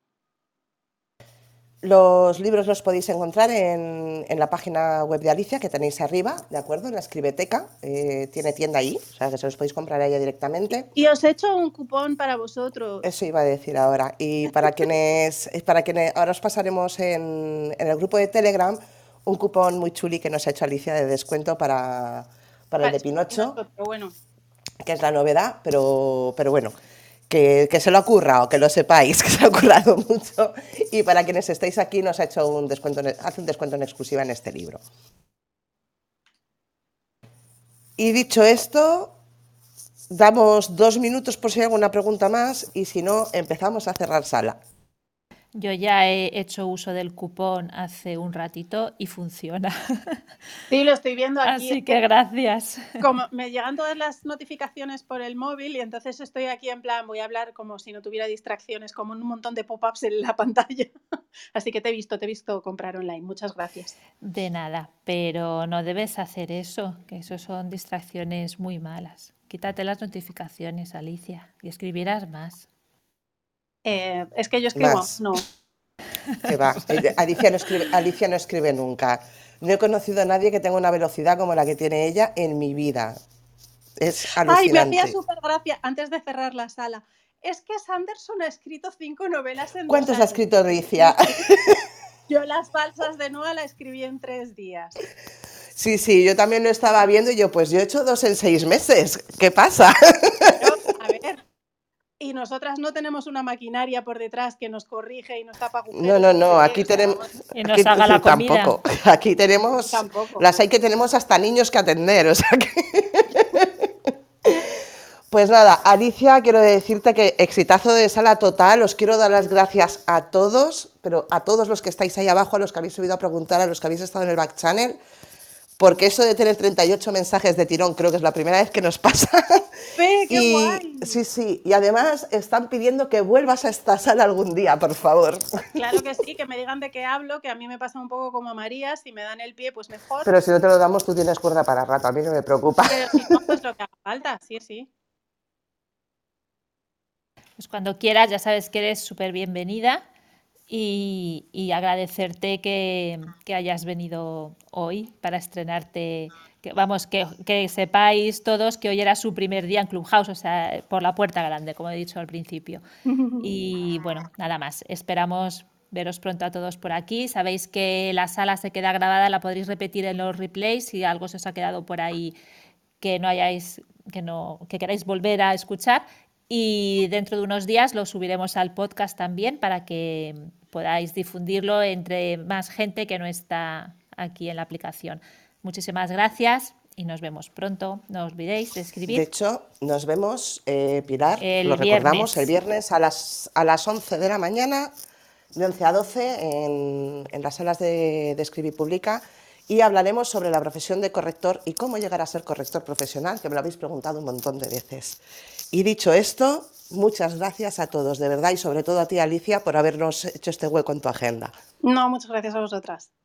Los libros los podéis encontrar en, en la página web de Alicia, que tenéis arriba, ¿de acuerdo? En la Escribeteca, eh, tiene tienda ahí, o sea que se los podéis comprar a ella directamente. Y os he hecho un cupón para vosotros. Eso iba a decir ahora. Y para quienes, para quienes ahora os pasaremos en, en el grupo de Telegram un cupón muy chuli que nos ha hecho Alicia de descuento para, para el de Pinocho, pero bueno. que es la novedad, pero, pero bueno. que, que se lo ha currado, que lo sepáis, que se ha currado mucho. Y para quienes estéis aquí nos ha hecho un descuento, hace un descuento en exclusiva en este libro. Y dicho esto, damos dos minutos por si hay alguna pregunta más y si no, empezamos a cerrar sala. Yo ya he hecho uso del cupón hace un ratito y funciona. Sí, lo estoy viendo aquí. Así que gracias. Como me llegan todas las notificaciones por el móvil y entonces estoy aquí en plan, voy a hablar como si no tuviera distracciones, como un montón de pop-ups en la pantalla. Así que te he visto, te he visto comprar online. Muchas gracias. De nada, pero no debes hacer eso, que eso son distracciones muy malas. Quítate las notificaciones, Alicia, y escribirás más. Eh, es que yo escribo, Más. no. Que va. Alicia no, escribe, Alicia no escribe nunca. No he conocido a nadie que tenga una velocidad como la que tiene ella en mi vida. Es alucinante. Ay, me hacía súper gracia antes de cerrar la sala. Es que Sanderson ha escrito cinco novelas en ¿Cuántos dos ha años. escrito Alicia? Yo Las falsas de Noa la escribí en tres días. Sí, sí, yo también lo estaba viendo y yo, pues yo he hecho dos en seis meses. ¿Qué pasa? Pero, a ver, y nosotras no tenemos una maquinaria por detrás que nos corrige y nos tapa agujeros. No, no, no, aquí o sea, tenemos... Y nos aquí, haga la comida. Tampoco. Aquí tenemos... Tampoco. Las hay que tenemos hasta niños que atender, o sea que... Pues nada, Alicia, quiero decirte que exitazo de sala total, os quiero dar las gracias a todos, pero a todos los que estáis ahí abajo, a los que habéis subido a preguntar, a los que habéis estado en el back channel, porque eso de tener treinta y ocho mensajes de tirón creo que es la primera vez que nos pasa. ¡Ve, qué y, guay! Sí, sí, y además están pidiendo que vuelvas a esta sala algún día, por favor. Claro que sí, que me digan de qué hablo, que a mí me pasa un poco como a María, si me dan el pie, pues mejor. Pero si no te lo damos, tú tienes cuerda para rato, a mí no me preocupa. Pero si no, pues lo que haga falta, sí, sí. Pues cuando quieras, ya sabes que eres súper bienvenida y, y agradecerte que, que hayas venido hoy para estrenarte. Que, vamos, que, que sepáis todos que hoy era su primer día en Clubhouse, o sea, por la puerta grande, como he dicho al principio. Y bueno, nada más. Esperamos veros pronto a todos por aquí. Sabéis que la sala se queda grabada, la podréis repetir en los replays si algo se os ha quedado por ahí que no hayáis, que no, que queráis volver a escuchar. Y dentro de unos días lo subiremos al podcast también para que podáis difundirlo entre más gente que no está aquí en la aplicación. Muchísimas gracias y nos vemos pronto. No os olvidéis de escribir. De hecho, nos vemos, eh, Pilar, El lo recordamos, viernes. el viernes a las, a las once de la mañana, de once a doce, en, en las salas de, de Escribir Publica, y hablaremos sobre la profesión de corrector y cómo llegar a ser corrector profesional, que me lo habéis preguntado un montón de veces. Y dicho esto, muchas gracias a todos, de verdad, y sobre todo a ti, Alicia, por habernos hecho este hueco en tu agenda. No, muchas gracias a vosotras.